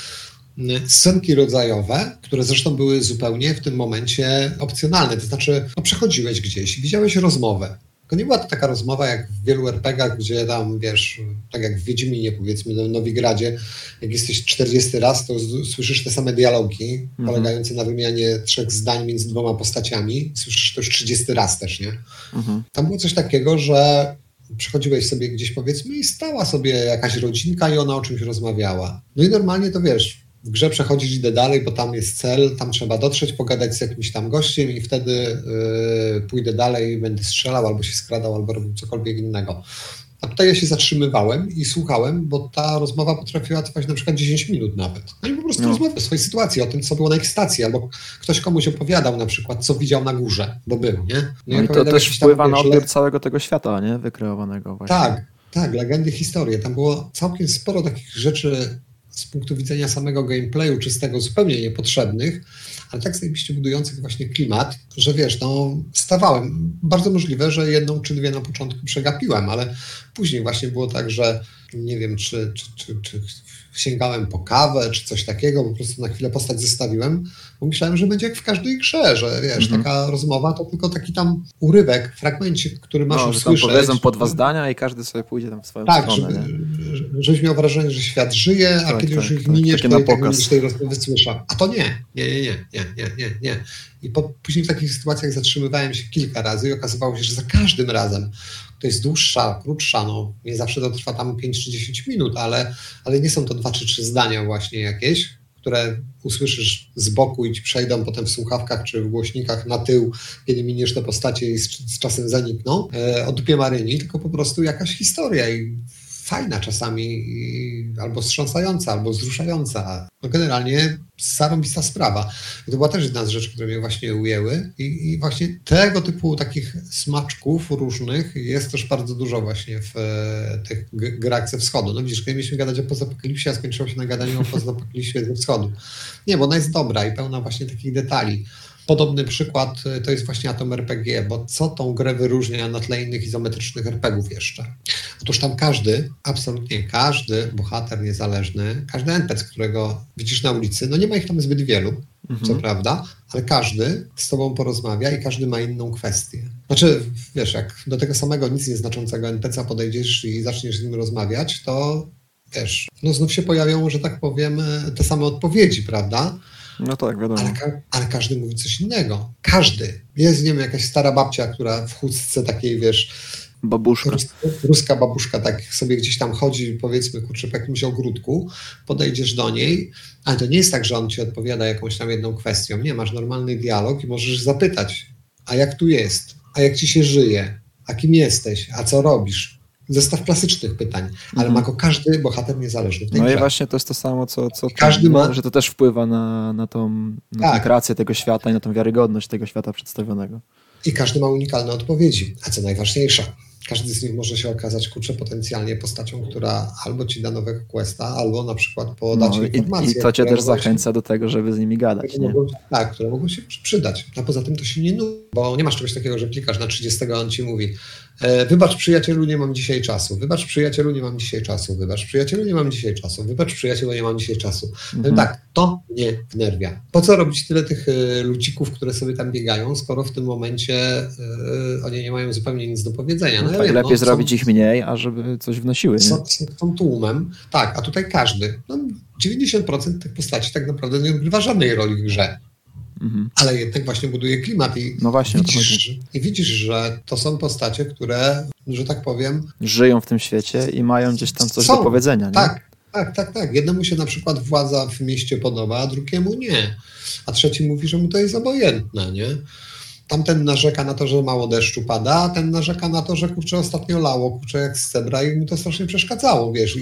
scenki rodzajowe, które zresztą były zupełnie w tym momencie opcjonalne, to znaczy no, przechodziłeś gdzieś i widziałeś rozmowę. Tylko nie była to taka rozmowa jak w wielu RPG-ach, gdzie tam, wiesz, tak jak w Wiedźminie, powiedzmy, w Nowigradzie, jak jesteś 40 raz, to słyszysz te same dialogi, polegające na wymianie 3 zdań między 2 postaciami. Słyszysz to już 30 raz też, nie? Tam było coś takiego, że przechodziłeś sobie gdzieś, powiedzmy, i stała sobie jakaś rodzinka i ona o czymś rozmawiała. No i normalnie to, wiesz, w grze przechodzisz, idę dalej, bo tam jest cel, tam trzeba dotrzeć, pogadać z jakimś tam gościem i wtedy pójdę dalej, będę strzelał, albo się skradał, albo robił cokolwiek innego. A tutaj ja się zatrzymywałem i słuchałem, bo ta rozmowa potrafiła trwać na przykład 10 minut nawet. No i po prostu rozmawiał o swojej sytuacji, o tym, co było na ich stacji, albo ktoś komuś opowiadał na przykład, co widział na górze, bo był, nie? No i to też wpływa na odbiór całego tego świata, nie? Wykreowanego właśnie. Tak, legendy, historie. Tam było całkiem sporo takich rzeczy z punktu widzenia samego gameplayu, czystego, zupełnie niepotrzebnych, ale tak zajebiście budujących właśnie klimat, że wiesz, no stawałem. Bardzo możliwe, że 1 czy 2 na początku przegapiłem, ale później właśnie było tak, że nie wiem, czy sięgałem po kawę, czy coś takiego, po prostu na chwilę postać zostawiłem, bo myślałem, że będzie jak w każdej grze, że wiesz, taka rozmowa to tylko taki tam urywek, fragmencik, który masz usłyszeć. Że tam powiedzą po 2 zdania i każdy sobie pójdzie tam w swoją stronę. Żebyś miał wrażenie, że świat żyje, a kiedy już ich miniesz, to tak będziesz tej rozmowy słyszał. A to nie. I później w takich sytuacjach zatrzymywałem się kilka razy i okazywało się, że za każdym razem to jest dłuższa, krótsza, no nie zawsze to trwa tam 5 czy 10 minut, ale nie są to 2 czy 3 zdania właśnie jakieś, które usłyszysz z boku i ci przejdą potem w słuchawkach czy w głośnikach na tył, kiedy miniesz te postacie i z czasem zanikną. O dupie Maryni, tylko po prostu jakaś historia i fajna czasami, albo wstrząsająca, albo wzruszająca. No generalnie zarąbista sprawa. I to była też jedna z rzeczy, które mnie właśnie ujęły i właśnie tego typu takich smaczków różnych jest też bardzo dużo właśnie w tych grach ze wschodu. No widzisz, kiedy mieliśmy gadać o postapokalipsie, a skończyło się na gadaniu o postapokalipsie ze wschodu. Nie, bo ona jest dobra i pełna właśnie takich detali. Podobny przykład to jest właśnie Atom RPG, bo co tą grę wyróżnia na tle innych izometrycznych RPGów jeszcze? Otóż tam absolutnie każdy bohater niezależny, każdy NPC, którego widzisz na ulicy, no nie ma ich tam zbyt wielu, co prawda, ale każdy z tobą porozmawia i każdy ma inną kwestię. Znaczy, wiesz, jak do tego samego nic nieznaczącego NPC-a podejdziesz i zaczniesz z nim rozmawiać, to wiesz, no znów się pojawią, że tak powiem, te same odpowiedzi, prawda? No tak, wiadomo. Ale każdy mówi coś innego. Każdy. Jest, nie wiem, jakaś stara babcia, która w chustce takiej, wiesz... Babuszka. Ruska babuszka, tak sobie gdzieś tam chodzi, powiedzmy, kurczę, po jakimś ogródku, podejdziesz do niej, ale to nie jest tak, że on ci odpowiada jakąś tam jedną kwestią. Nie, masz normalny dialog i możesz zapytać, a jak tu jest? A jak ci się żyje? A kim jesteś? A co robisz? zestaw klasycznych pytań, ale ma go każdy bohater niezależny w tej No grze. i właśnie to jest to samo, co Każdy ma... że to też wpływa na tą kreację tego świata i na tą wiarygodność tego świata przedstawionego. I każdy ma unikalne odpowiedzi. A co najważniejsze, każdy z nich może się okazać, potencjalnie postacią, która albo ci da nowego questa, albo na przykład poda ci informacje. I to cię też zachęca do tego, żeby z nimi gadać. Które mogą się przydać. A poza tym to się nie nudzi, bo nie masz czegoś takiego, że klikasz na 30, a on ci mówi: wybacz przyjacielu, nie mam dzisiaj czasu. Wybacz przyjacielu, nie mam dzisiaj czasu. Wybacz przyjacielu, nie mam dzisiaj czasu. Wybacz przyjacielu, nie mam dzisiaj czasu. Tak, to mnie wnerwia. Po co robić tyle tych ludzików, które sobie tam biegają, skoro w tym momencie oni nie mają zupełnie nic do powiedzenia. No, tak, lepiej zrobić ich mniej, a żeby coś wnosiły. Są tłumem. Tak, a tutaj każdy. 90% tych postaci tak naprawdę nie odgrywa żadnej roli w grze. Ale jednak właśnie buduje klimat i widzisz, że to są postacie, które, że tak powiem... żyją w tym świecie i mają gdzieś tam coś do powiedzenia. Nie? Tak. Jednemu się na przykład władza w mieście podoba, a drugiemu nie. A trzeci mówi, że mu to jest obojętne, nie? Tamten narzeka na to, że mało deszczu pada, a ten narzeka na to, że ostatnio lało, jak z cebra i mu to strasznie przeszkadzało, wiesz.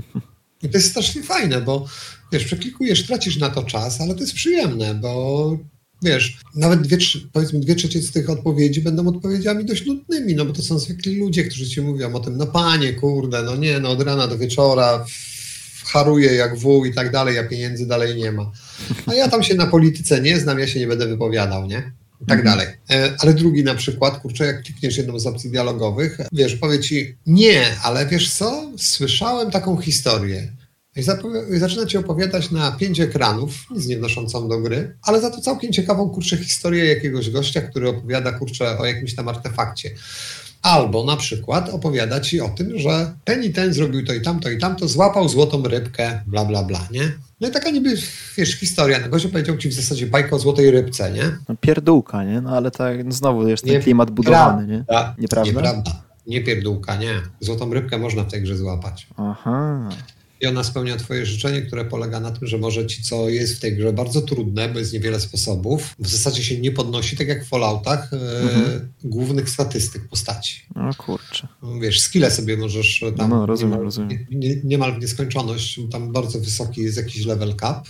I to jest strasznie fajne, bo wiesz, przeklikujesz, tracisz na to czas, ale to jest przyjemne, bo wiesz, nawet powiedzmy 2/3 z tych odpowiedzi będą odpowiedziami dość nudnymi, no bo to są zwykli ludzie, którzy ci mówią o tym: no panie, kurde, no nie, no od rana do wieczora haruję jak wół i tak dalej, a pieniędzy dalej nie ma. A ja tam się na polityce nie znam, ja się nie będę wypowiadał, nie? I tak dalej. Ale drugi na przykład, jak klikniesz jedną z opcji dialogowych, wiesz, powie ci: nie, ale wiesz co, słyszałem taką historię. I zaczyna ci opowiadać na 5 ekranów, nic nie wnoszącą do gry, ale za to całkiem ciekawą, historię jakiegoś gościa, który opowiada, o jakimś tam artefakcie. Albo na przykład opowiada ci o tym, że ten i ten zrobił to i tamto, złapał złotą rybkę, bla, bla, bla, nie? No i taka niby, wiesz, historia. No gościu powiedział ci w zasadzie bajkę o złotej rybce, nie? No pierdółka, nie? No ale tak, no znowu jest ten klimat budowany, nie? Nieprawda? Nieprawda. Nie pierdółka, nie. Złotą rybkę można w tej grze złapać. Aha. I ona spełnia twoje życzenie, które polega na tym, że może ci, co jest w tej grze bardzo trudne, bo jest niewiele sposobów, w zasadzie się nie podnosi, tak jak w Falloutach, głównych statystyk postaci. O kurczę. Wiesz, skille sobie możesz tam... No, rozumiem. Niemal w nieskończoność, tam bardzo wysoki jest jakiś level cap.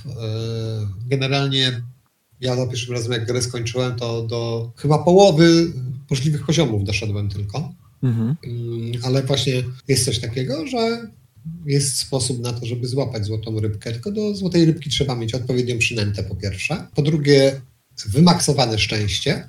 Generalnie ja za pierwszym razem, jak grę skończyłem, to do chyba połowy możliwych poziomów doszedłem tylko. Ale właśnie jest coś takiego, że jest sposób na to, żeby złapać złotą rybkę, tylko do złotej rybki trzeba mieć odpowiednią przynętę, po pierwsze. Po drugie, wymaksowane szczęście,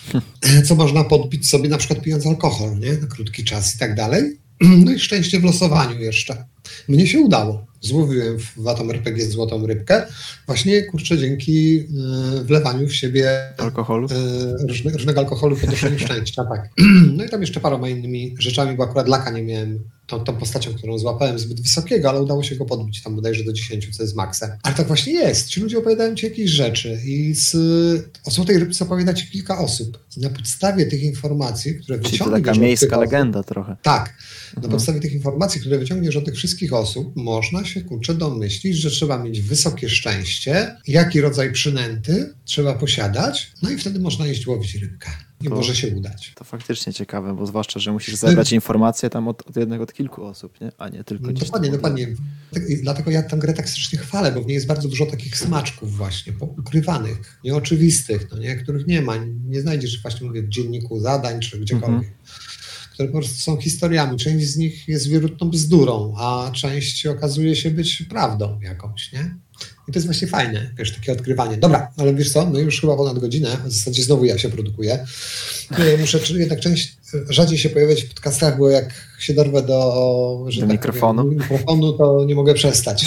co można podbić sobie na przykład pijąc alkohol, nie? Na krótki czas i tak dalej. No i szczęście w losowaniu jeszcze. Mnie się udało. Złowiłem w Atom RPG złotą rybkę. Właśnie, dzięki wlewaniu w siebie alkoholu? Różnego alkoholu, podnoszeniu szczęścia, tak. No i tam jeszcze paroma innymi rzeczami, bo akurat laka nie miałem tą postacią, którą złapałem, zbyt wysokiego, ale udało się go podbić tam bodajże do 10, co jest maksem. Ale tak właśnie jest. Ci ludzie opowiadają ci jakieś rzeczy i o złotej rybce opowiada ci kilka osób. I na podstawie tych informacji, które wyciągniesz... Czyli to taka miejska legenda trochę. Tak. Na podstawie tych informacji, które wyciągniesz od tych wszystkich osób, można się, domyślić, że trzeba mieć wysokie szczęście, jaki rodzaj przynęty trzeba posiadać, no i wtedy można iść łowić rybkę. I może się udać. To faktycznie ciekawe, bo zwłaszcza, że musisz zebrać informacje tam od kilku osób, nie? A nie tylko... Dokładnie. Dlatego ja tę grę tak strasznie chwalę, bo w niej jest bardzo dużo takich smaczków właśnie, ukrywanych, nieoczywistych, no nie? Których nie ma. Nie znajdziesz właśnie, mówię, w dzienniku zadań czy gdziekolwiek. Które po prostu są historiami. Część z nich jest wierutną bzdurą, a część okazuje się być prawdą jakąś, nie? I to jest właśnie fajne, wiesz, takie odkrywanie. Dobra, ale wiesz co, no już chyba ponad godzinę, w zasadzie znowu ja się produkuję. Muszę jednak rzadziej się pojawiać w podcastach, bo jak się dorwę do mikrofonu, to nie mogę przestać.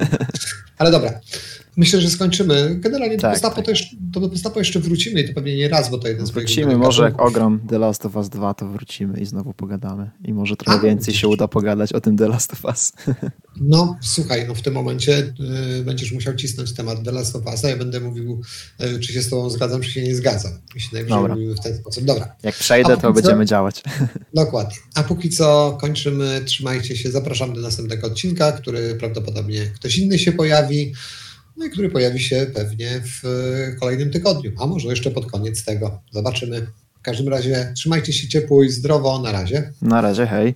Ale dobra. Myślę, że skończymy. Generalnie do Postapo jeszcze wrócimy i to pewnie nie raz, bo to jeden z wrócimy, może jak ogram The Last of Us 2, to wrócimy i znowu pogadamy. I może trochę więcej się uda pogadać o tym The Last of Us. No, słuchaj, w tym momencie będziesz musiał cisnąć temat The Last of Us, a ja będę mówił, czy się z tobą zgadzam, czy się nie zgadzam. Jeśli najwyżej mówimy w ten sposób. Dobra. Jak przejdę, to będziemy działać. Dokładnie. A póki co kończymy. Trzymajcie się. Zapraszam do następnego odcinka, który prawdopodobnie ktoś inny się pojawi. No i który pojawi się pewnie w kolejnym tygodniu, a może jeszcze pod koniec tego. Zobaczymy. W każdym razie trzymajcie się ciepło i zdrowo. Na razie. Na razie, hej.